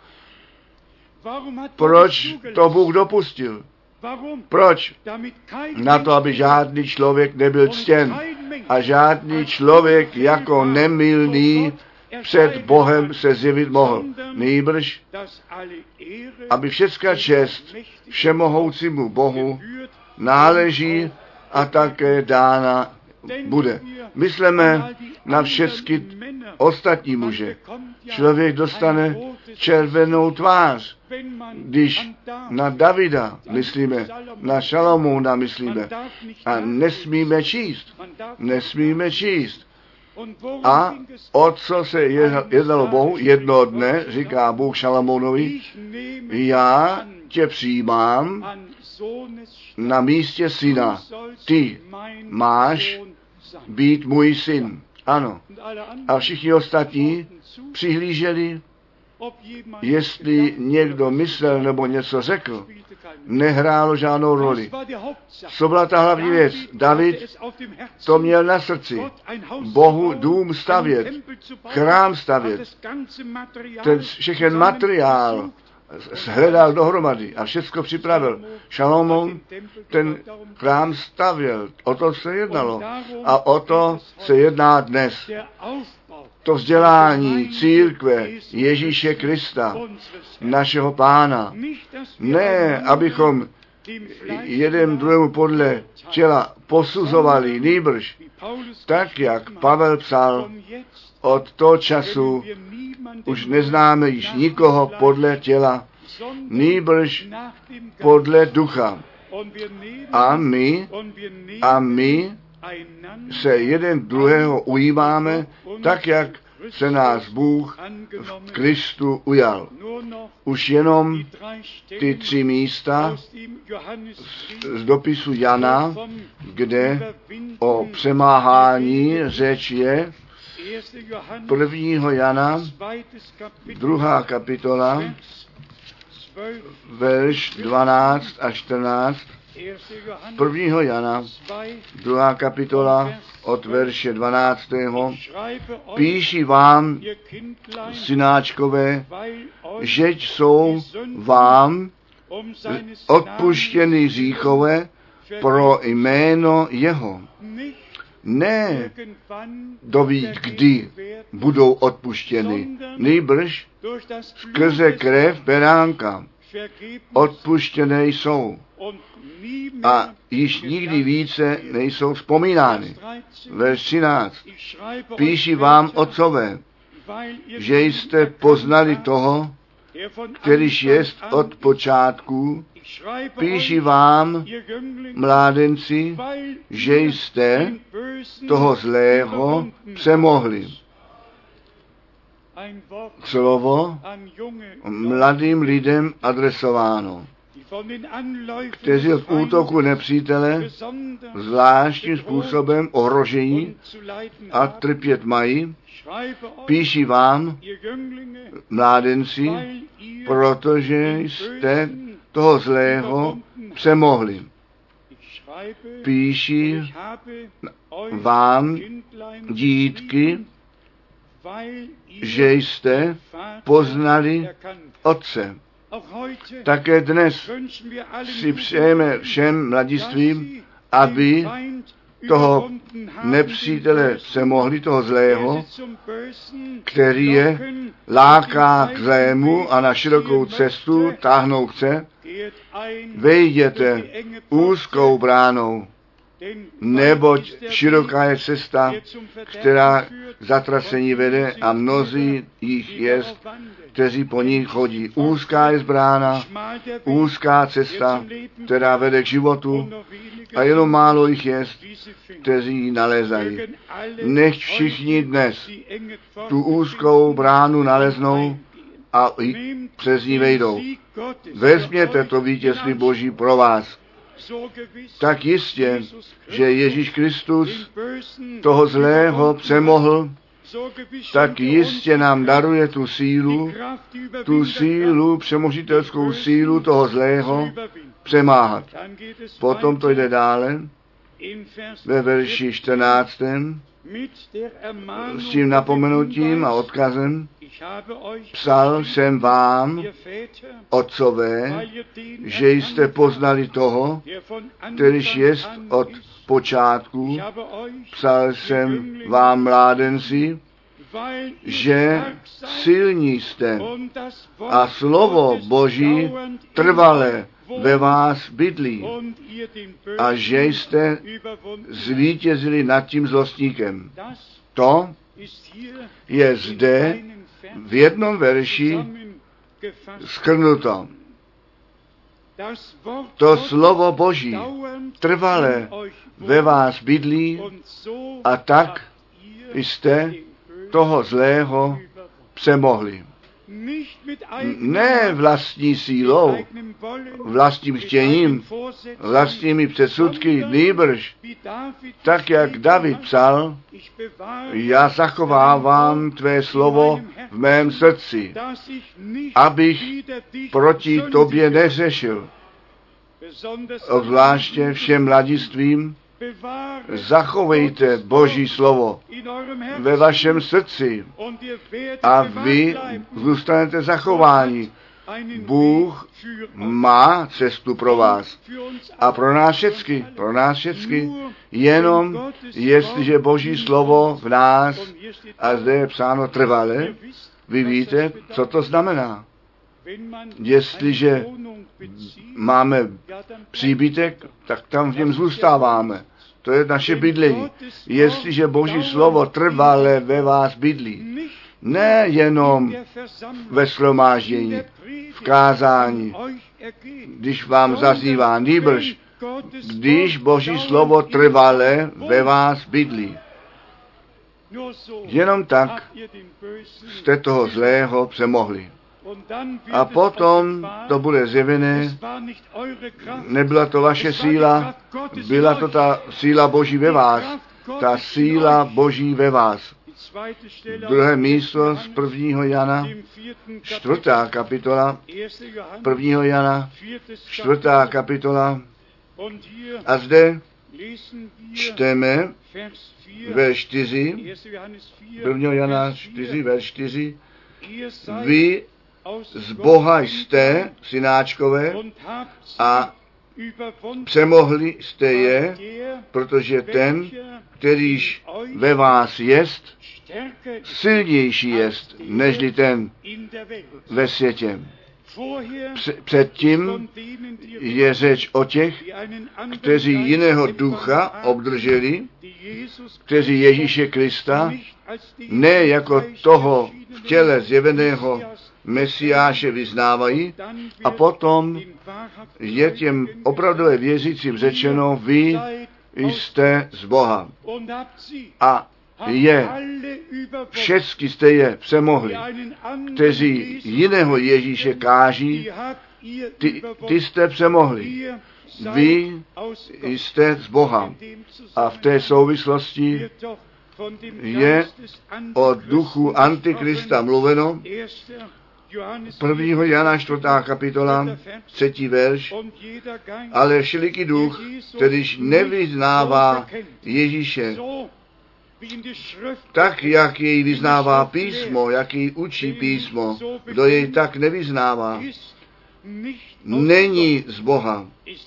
Proč to Bůh dopustil? Proč? Na to, aby žádný člověk nebyl ctěn a žádný člověk jako nemylný před Bohem se zjevit mohl. Nýbrž, aby všecká čest všemohoucímu Bohu náleží a také dána bude. Myslíme na všechny ostatní muže. Člověk dostane červenou tvář, když na Davida myslíme, na Šalomouna myslíme. A nesmíme číst. A o co se jednalo Bohu? Jednoho dne říká Bůh Šalomounovi, já tě přijímám na místě syna. Ty máš být můj syn. Ano. A všichni ostatní přihlíželi, jestli někdo myslel nebo něco řekl, nehrálo žádnou roli. Co byla ta hlavní věc? David to měl na srdci. Bohu dům stavět, chrám stavět. Ten všechen materiál hledal dohromady a všecko připravil. Šalomoun ten chrám stavěl. O to se jednalo. A o to se jedná dnes. To vzdělání církve Ježíše Krista, našeho Pána. Ne, abychom jeden druhému podle těla posuzovali, nýbrž, tak jak Pavel psal, od toho času už neznáme již nikoho podle těla, nýbrž podle ducha. A my se jeden druhého ujímáme, tak jak se nás Bůh v Kristu ujal. Už jenom ty 3 místa z dopisu Jana, kde o přemáhání řeč je, 1. Jana, 2. kapitola, verš 12 a 14, 1. Jana, 2. kapitola, od verše 12. Píši vám, synáčkové, žeť jsou vám odpuštěny hříchové pro jméno jeho. Ne doví, kdy budou odpuštěny, nýbrž skrze krev beránka odpuštěné jsou a již nikdy více nejsou vzpomínány. Verš 13. Píši vám, otcové, že jste poznali toho, kterýž jest od počátku. Píši vám, mládenci, že jste toho zlého přemohli. Slovo mladým lidem adresováno, kteří od útoku nepřítele zvláštním způsobem ohrožení a trpět mají. Píši vám, mládenci, protože jste toho zlého přemohli. Píši vám, dítky, že jste poznali Otce. Také dnes si přejeme všem mladistvím, aby toho nepřítele přemohli, toho zlého, který je láká k zlému a na širokou cestu táhnou chce. Vejděte úzkou bránou, neboť široká je cesta, která zatracení vede a mnozí jich jest, kteří po ní chodí. Úzká je brána, úzká cesta, která vede k životu a jenom málo jich jest, kteří ji nalézají. Nech všichni dnes tu úzkou bránu naleznou a přes ní vejdou. Vezměte to vítězství Boží pro vás. Tak jistě, že Ježíš Kristus toho zlého přemohl tak jistě nám daruje tu sílu, přemožitelskou sílu toho zlého přemáhat. Potom to jde dále ve verši 14. s tím napomenutím a odkazem: psal jsem vám, otcové, že jste poznali toho, kterýž jest od počátku. Psal jsem vám, mládenci, že silní jste a slovo Boží trvale ve vás bydlí a že jste zvítězili nad tím zlostníkem. To je zde v jednom verši shrnuto. To slovo Boží trvale ve vás bydlí a tak jste toho zlého přemohli. Ne vlastní sílou, vlastním chtěním, vlastními předsudky, nýbrž, tak jak David psal: já zachovávám tvé slovo v mém srdci, abych proti tobě neřešil. Obzvláště všem mladistvím zachovejte Boží slovo ve vašem srdci a vy zůstanete zachováni. Bůh má cestu pro vás a pro nás všecky, jenom jestliže Boží slovo v nás, a zde je psáno trvale, vy víte, co to znamená. Jestliže máme příbytek, tak tam v něm zůstáváme. To je naše bydlení. Jestliže Boží slovo trvale ve vás bydlí, ne jenom ve shromáždění, v kázání, když vám zaznívá, nýbrž když Boží slovo trvale ve vás bydlí. Jenom tak jste toho zlého přemohli. A potom to bude zjevené, nebyla to vaše síla, byla to ta síla Boží ve vás, ta síla Boží ve vás. Druhé místo z 1. Jana, 4. kapitola, 1. Jana, 4. kapitola, a zde čteme ve 4, 1. Jana 4, ve 4, vy z Boha jste, synáčkové, a přemohli jste je, protože ten, kterýž ve vás jest, silnější jest, nežli ten ve světě. Předtím je řeč o těch, kteří jiného ducha obdrželi, kteří Ježíše Krista ne jako toho v těle zjeveného Mesiáše vyznávají, a potom je těm opravdové věřícím řečeno: vy jste z Boha. A všecky jste je přemohli, kteří jiného Ježíše káží, ty jste přemohli. Vy jste z Boha. A v té souvislosti je o duchu Antikrista mluveno. 1. Jana 4. kapitola, 3. verš. Ale všeliký duch, kterýž nevyznává Ježíše, tak, jak jej vyznává písmo, jak jej učí písmo, kdo jej tak nevyznává, není z Boha.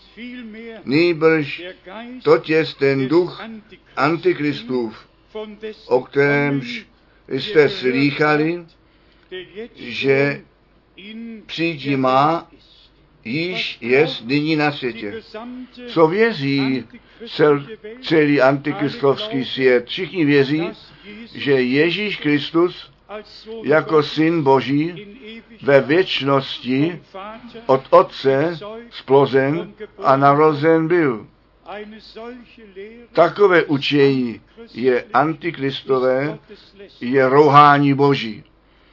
Nýbrž totěž ten duch Antikristův, o kterémž jste slýchali, že přijít má, již jest nyní na světě. Co věří celý antikristovský svět? Všichni věří, že Ježíš Kristus jako Syn Boží ve věčnosti od Otce splozen a narozen byl. Takové učení je antikristové, je rouhání Boží.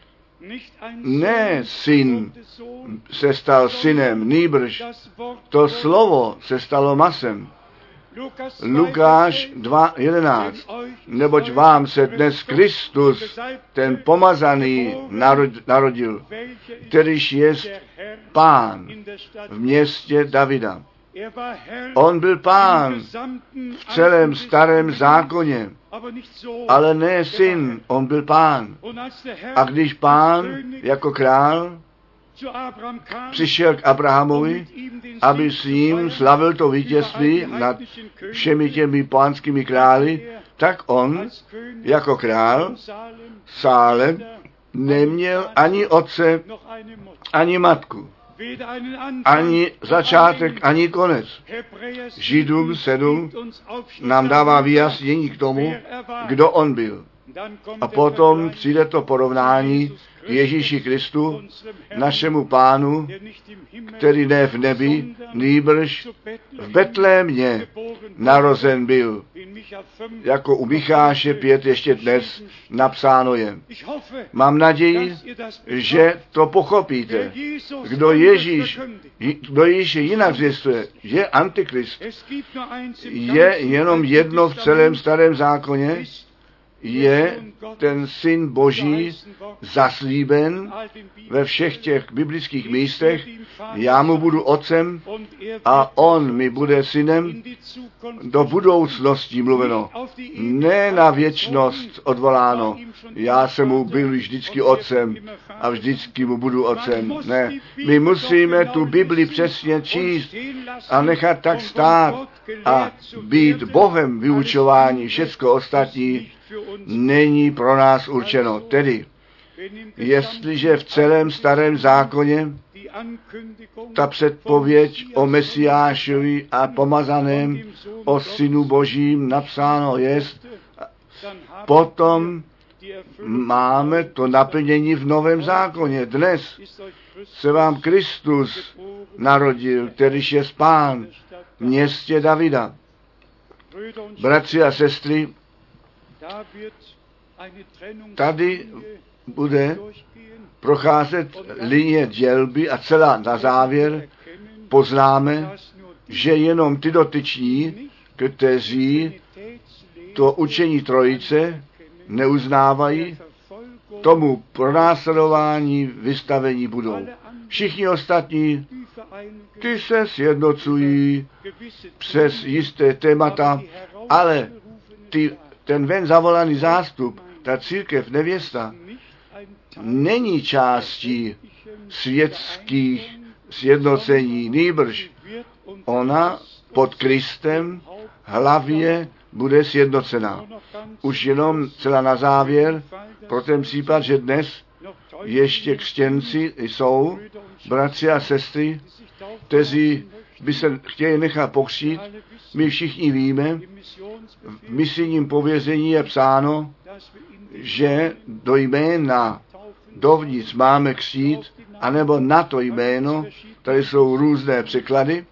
Ne syn se stal synem, nýbrž to slovo se stalo masem. Lukáš 2:11. Neboť vám se dnes Kristus, ten pomazaný, narodil, kterýž jest Pán v městě Davida. On byl Pán v celém starém zákoně, ale ne syn, on byl Pán. A když Pán jako král přišel k Abrahamovi, aby s ním slavil to vítězství nad všemi těmi pánskými králi, tak on jako král v sále neměl ani otce, ani matku, ani začátek, ani konec. Židům 7 nám dává vyjasnění k tomu, kdo on byl. A potom přijde to porovnání k Ježíši Kristu, našemu Pánu, který ne v nebi, nýbrž v Betlémě narozen byl. Jako u Micháše 5 ještě dnes napsáno je. Mám naději, že to pochopíte. Kdo Ježíš jinak zvěstuje, je Antikrist. Je jenom jedno v celém starém zákoně, je ten Syn Boží zaslíben ve všech těch biblických místech. Já mu budu otcem a on mi bude synem. Do budoucnosti mluveno, ne na věčnost odvoláno. Já jsem mu byl vždycky otcem a vždycky mu budu otcem. Ne, my musíme tu Bibli přesně číst a nechat tak stát a být Bohem vyučování. Všecko ostatní není pro nás určeno. Tedy, jestliže v celém starém zákoně ta předpověď o Mesiášovi a pomazaném, o Synu Božím napsáno jest, potom máme to naplnění v Novém zákoně. Dnes se vám Kristus narodil, kterýž je Pán v městě Davida. Bratři a sestry, tady bude procházet linie dělby a celá na závěr poznáme, že jenom ty dotyční, kteří to učení trojice neuznávají, tomu pronásledování vystavení budou. Všichni ostatní, ty se sjednocují přes jisté témata, ale ten ven zavolaný zástup, ta církev nevěsta, není částí světských sjednocení, nýbrž ona pod Kristem hlavě bude sjednocená. Už jenom celá na závěr, pro ten případ, že dnes ještě křtěnci jsou, bratři a sestry, kteří by se chtěli nechat pokřtít. My všichni víme, v misijním pověření je psáno, že do jména dovnitř máme křtít, anebo na to jméno, tady jsou různé překlady,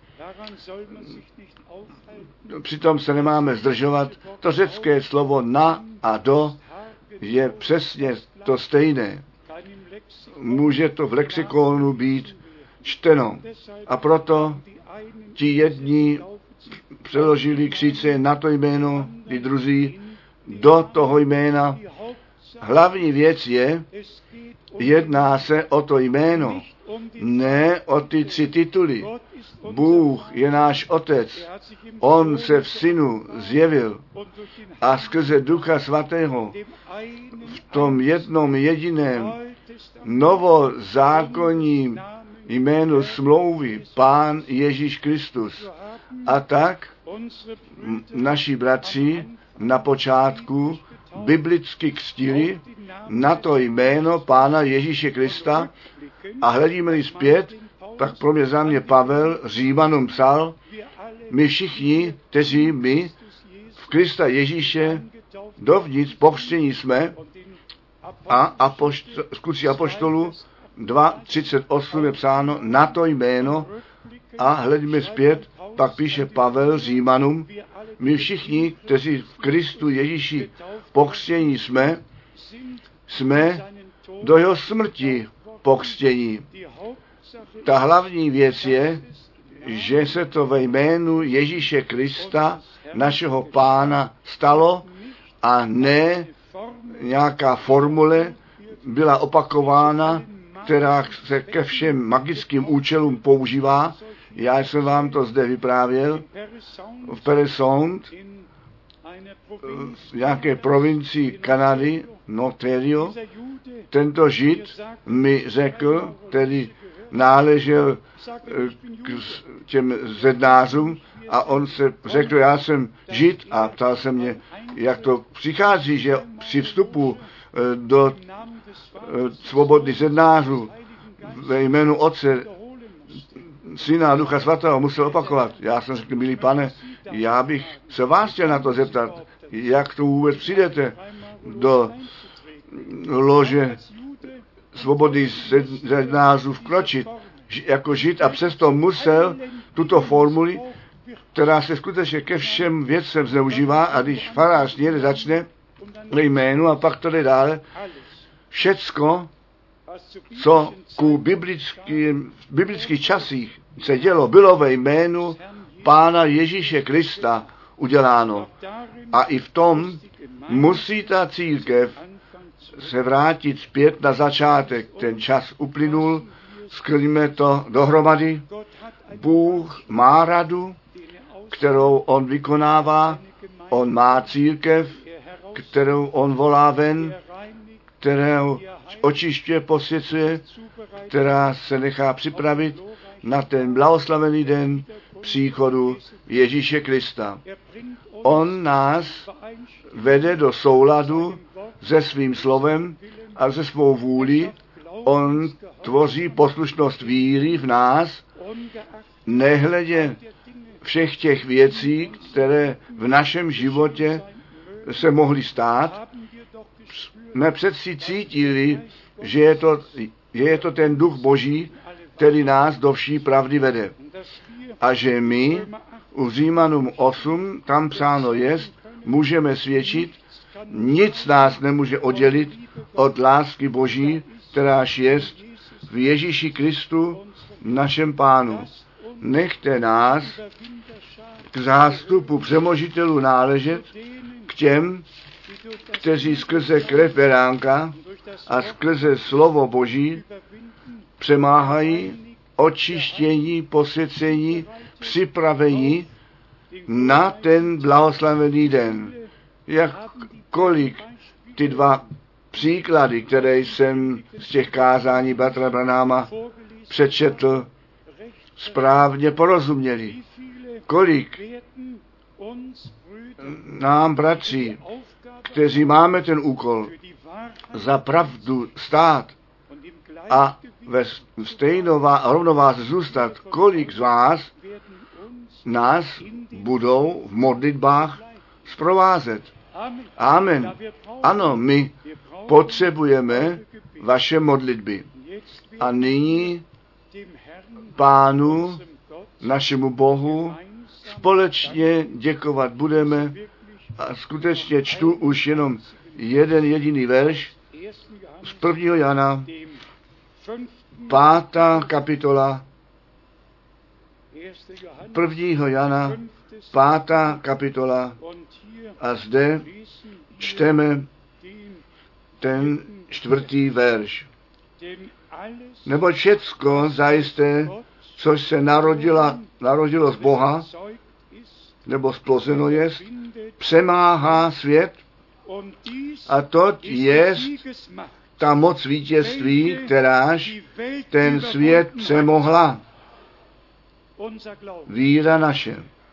přitom se nemáme zdržovat. To řecké slovo na a do je přesně to stejné. Může to v lexikonu být čteno. A proto ti jedni přeložili kříce na to jméno, ty druzí do toho jména. Hlavní věc je, jedná se o to jméno, ne o ty 3 tituly. Bůh je náš Otec, on se v Synu zjevil a skrze Ducha Svatého v tom jednom jediném novozákonním jménu smlouvy Pán Ježíš Kristus. A tak naši bratři na počátku biblicky křtili na to jméno Pána Ježíše Krista a hledíme-li zpět, tak pro mě za mě Pavel Římanům psal, my všichni, kteří my v Krista Ježíše dovnitř pokřtění jsme a skutky apoštolů 2:38 je psáno na to jméno a hledíme zpět, pak píše Pavel Římanům, my všichni, kteří v Kristu Ježíši pokřtění jsme do jeho smrti pokřtění. Ta hlavní věc je, že se to ve jménu Ježíše Krista, našeho Pána, stalo a ne nějaká formule byla opakována, která se ke všem magickým účelům používá. Já jsem vám to zde vyprávěl v Peresont, v nějaké provincii Kanady, Ontario. Tento Žid mi řekl, tedy náležel k těm zednářům, a on se řekl, já jsem Žid, a ptal se mě, jak to přichází, že při vstupu do svobodných zednářů ve jménu Otce, Syna a Ducha Svatého musel opakovat. Já jsem řekl, milý pane, já bych se vás chtěl na to zeptat, jak to vůbec přijdete do lože svobodných zednářů vkročit jako Žid, a přesto musel tuto formuli, která se skutečně ke všem věcem zneužívá, a když farář někde začne ve jménu a pak to jde dále, všecko, co ku biblických časích se dělo, bylo ve jménu Pána Ježíše Krista uděláno. A i v tom musí ta církev se vrátit zpět na začátek. Ten čas uplynul, skrníme to dohromady. Bůh má radu, kterou on vykonává, on má církev, kterou on volá ven, kterou očišťuje, posvěcuje, která se nechá připravit na ten blahoslavený den příchodu Ježíše Krista. On nás vede do souladu se svým slovem a se svou vůli. On tvoří poslušnost víry v nás, nehledě všech těch věcí, které v našem životě se mohly stát. Jsme přeci cítili, že je to ten duch Boží, který nás do vší pravdy vede. A že my, u Římanům 8, tam psáno jest, můžeme svědčit, nic nás nemůže oddělit od lásky Boží, kteráž jest v Ježíši Kristu, našem Pánu. Nechte nás k zástupu přemožitelů náležet, k těm, kteří skrze krev beránka a skrze slovo Boží přemáhají očištění, posvěcení, připravení na ten blahoslavený den. Jakkoliv ty dva příklady, které jsem z těch kázání bratra Branáma přečetl, správně porozuměli. Kolik nám, bratři, kteří máme ten úkol za pravdu stát a ve rovnováze zůstat, kolik z vás nás budou v modlitbách zprovázet. Amen. Ano, my potřebujeme vaše modlitby. A nyní Pánu, našemu Bohu, společně děkovat budeme, a skutečně čtu už jenom jeden jediný verš z 1. Jana, 5. kapitola, 1. Jana, 5. kapitola, a zde čteme ten 4. verš. Neboť všecko zajisté, což se narodilo z Boha, nebo splozeno jest, přemáhá svět, a to jest ta moc vítězství, kteráž ten svět přemohla. Víra naše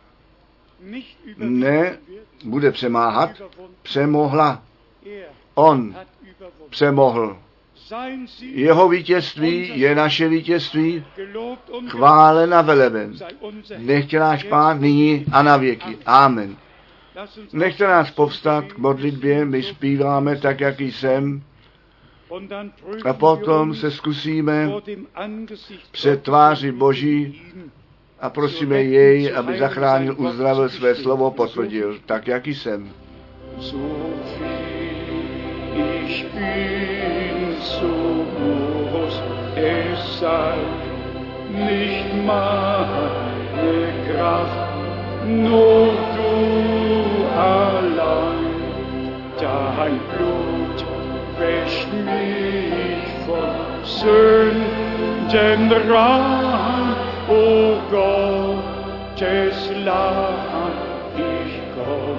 ne bude přemáhat, přemohla. On přemohl. Jeho vítězství je naše vítězství, chválen a veleben. Nechtě náš Pán nyní a na věky. Amen. Nechte nás povstat k modlitbě, my zpíváme tak, jak jsem, a potom se zkusíme před tváří Boží a prosíme jej, aby zachránil, uzdravil, své slovo potvrdil, tak, jak jsem. Ich bin so groß, es sei nicht mein Nur du allein, dein Blut wäscht mich von Sünden rein. O Gottes Lamm, ich komm.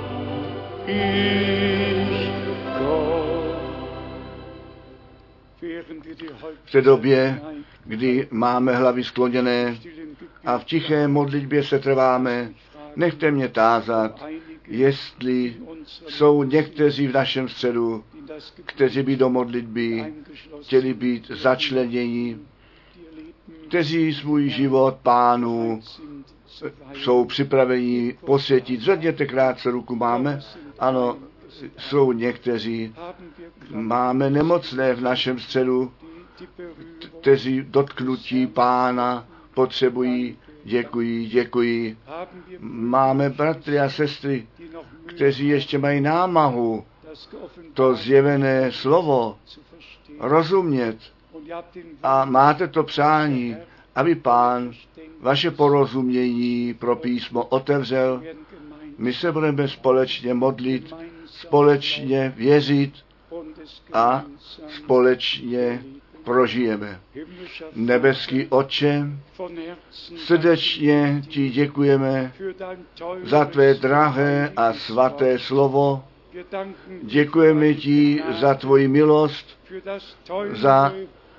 V té době, kdy máme hlavy skloněné a v tiché modlitbě se trváme, nechte mě tázat, jestli jsou někteří v našem středu, kteří by do modlitby chtěli být začleněni, kteří svůj život Pánu jsou připraveni posvětit. Zvedněte krátce ruku, máme? Ano, jsou někteří. Máme nemocné v našem středu, kteří dotknutí Pána potřebují. Děkuji. Máme bratry a sestry, kteří ještě mají námahu to zjevené slovo rozumět. A máte to přání, aby Pán vaše porozumění pro písmo otevřel. My se budeme společně modlit, společně věřit a společně prožijeme. Nebeský Otče, srdečně ti děkujeme za tvé drahé a svaté slovo. Děkujeme ti za tvoji milost, za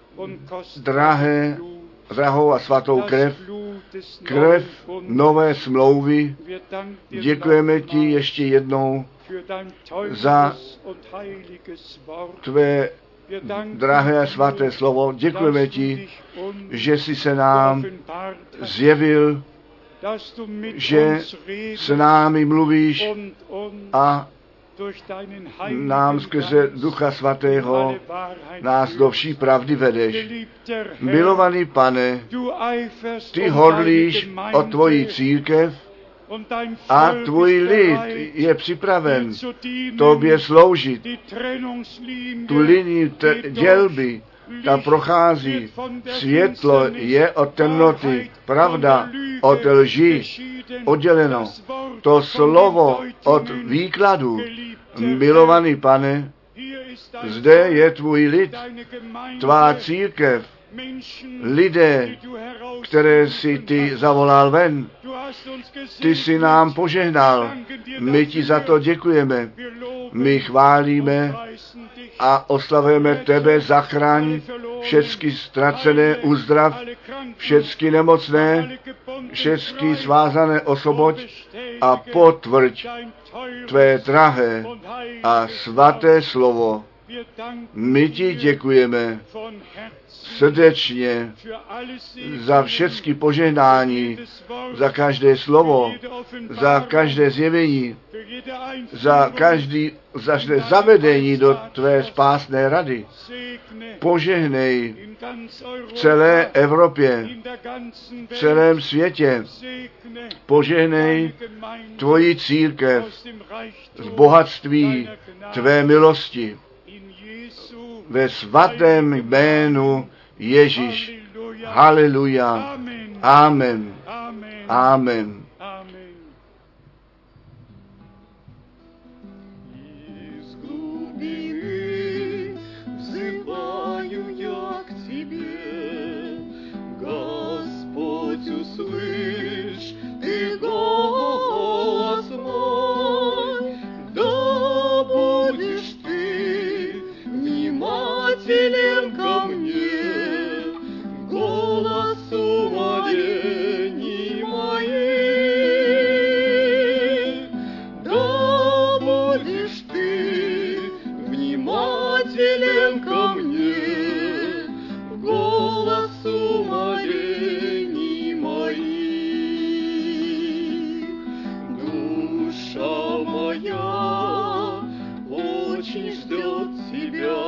drahou a svatou krev nové smlouvy. Děkujeme ti ještě jednou za tvé drahé a svaté slovo. Děkujeme ti, že jsi se nám zjevil, že s námi mluvíš a nám skrze Ducha Svatého nás do vší pravdy vedeš. Milovaný Pane, ty hodlíš o tvoji církev a tvůj lid je připraven tobě sloužit. Tu linii dělby, ta prochází. Světlo je od temnoty, pravda od lži odděleno. To slovo od výkladu. Milovaný Pane, zde je tvůj lid, tvá církev, lidé, které si ty zavolal ven. Ty si nám požehnal. My ti za to děkujeme. My chválíme a oslavujeme tebe, zachraň všecky ztracené, uzdrav, všecky nemocné, všecky svázané osvoboď a potvrď tvé drahé a svaté slovo. My ti děkujeme srdečně za všechny požehnání, za každé slovo, za každé zjevení, za každé zavedení do tvé spásné rady. Požehnej v celé Evropě, v celém světě. Požehnej tvoji církev z bohatství tvé milosti. Ve svatém jménu Ježíš. Haleluja. Amen. Amen. Из глубины взываю я к тебе, Господь, услышь ты голос мой, да будешь ты внимателен ко мне, голосу молений моих. Да будешь ты внимателен ко мне, голосу молений моих. Душа моя очень ждет тебя,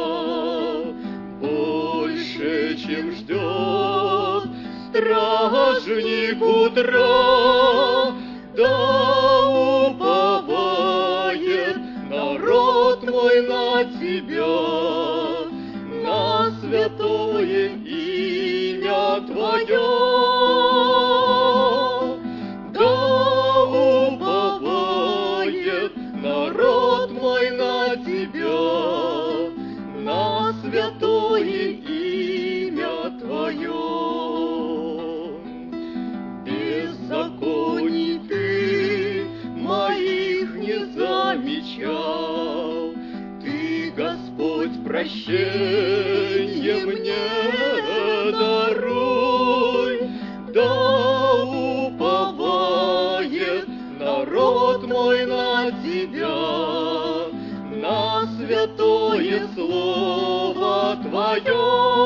больше, чем ждет стражник утра. Да уповает народ мой на тебя, на святое имя твое. кричал. Ты, Господь, прощенье мне даруй, да уповает народ мой на Тебя, на святое Слово Твое.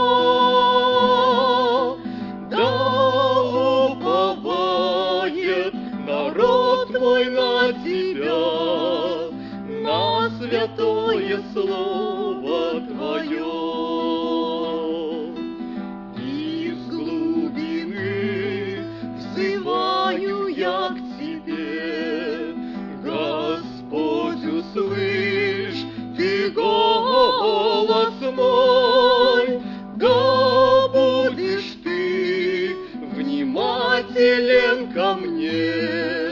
Да уповает народ мой на Тебя, на святое Слово Твое. Из глубины взываю я к Тебе, Господь, услышь Ты голос мой, да будешь Ты внимателен ко мне.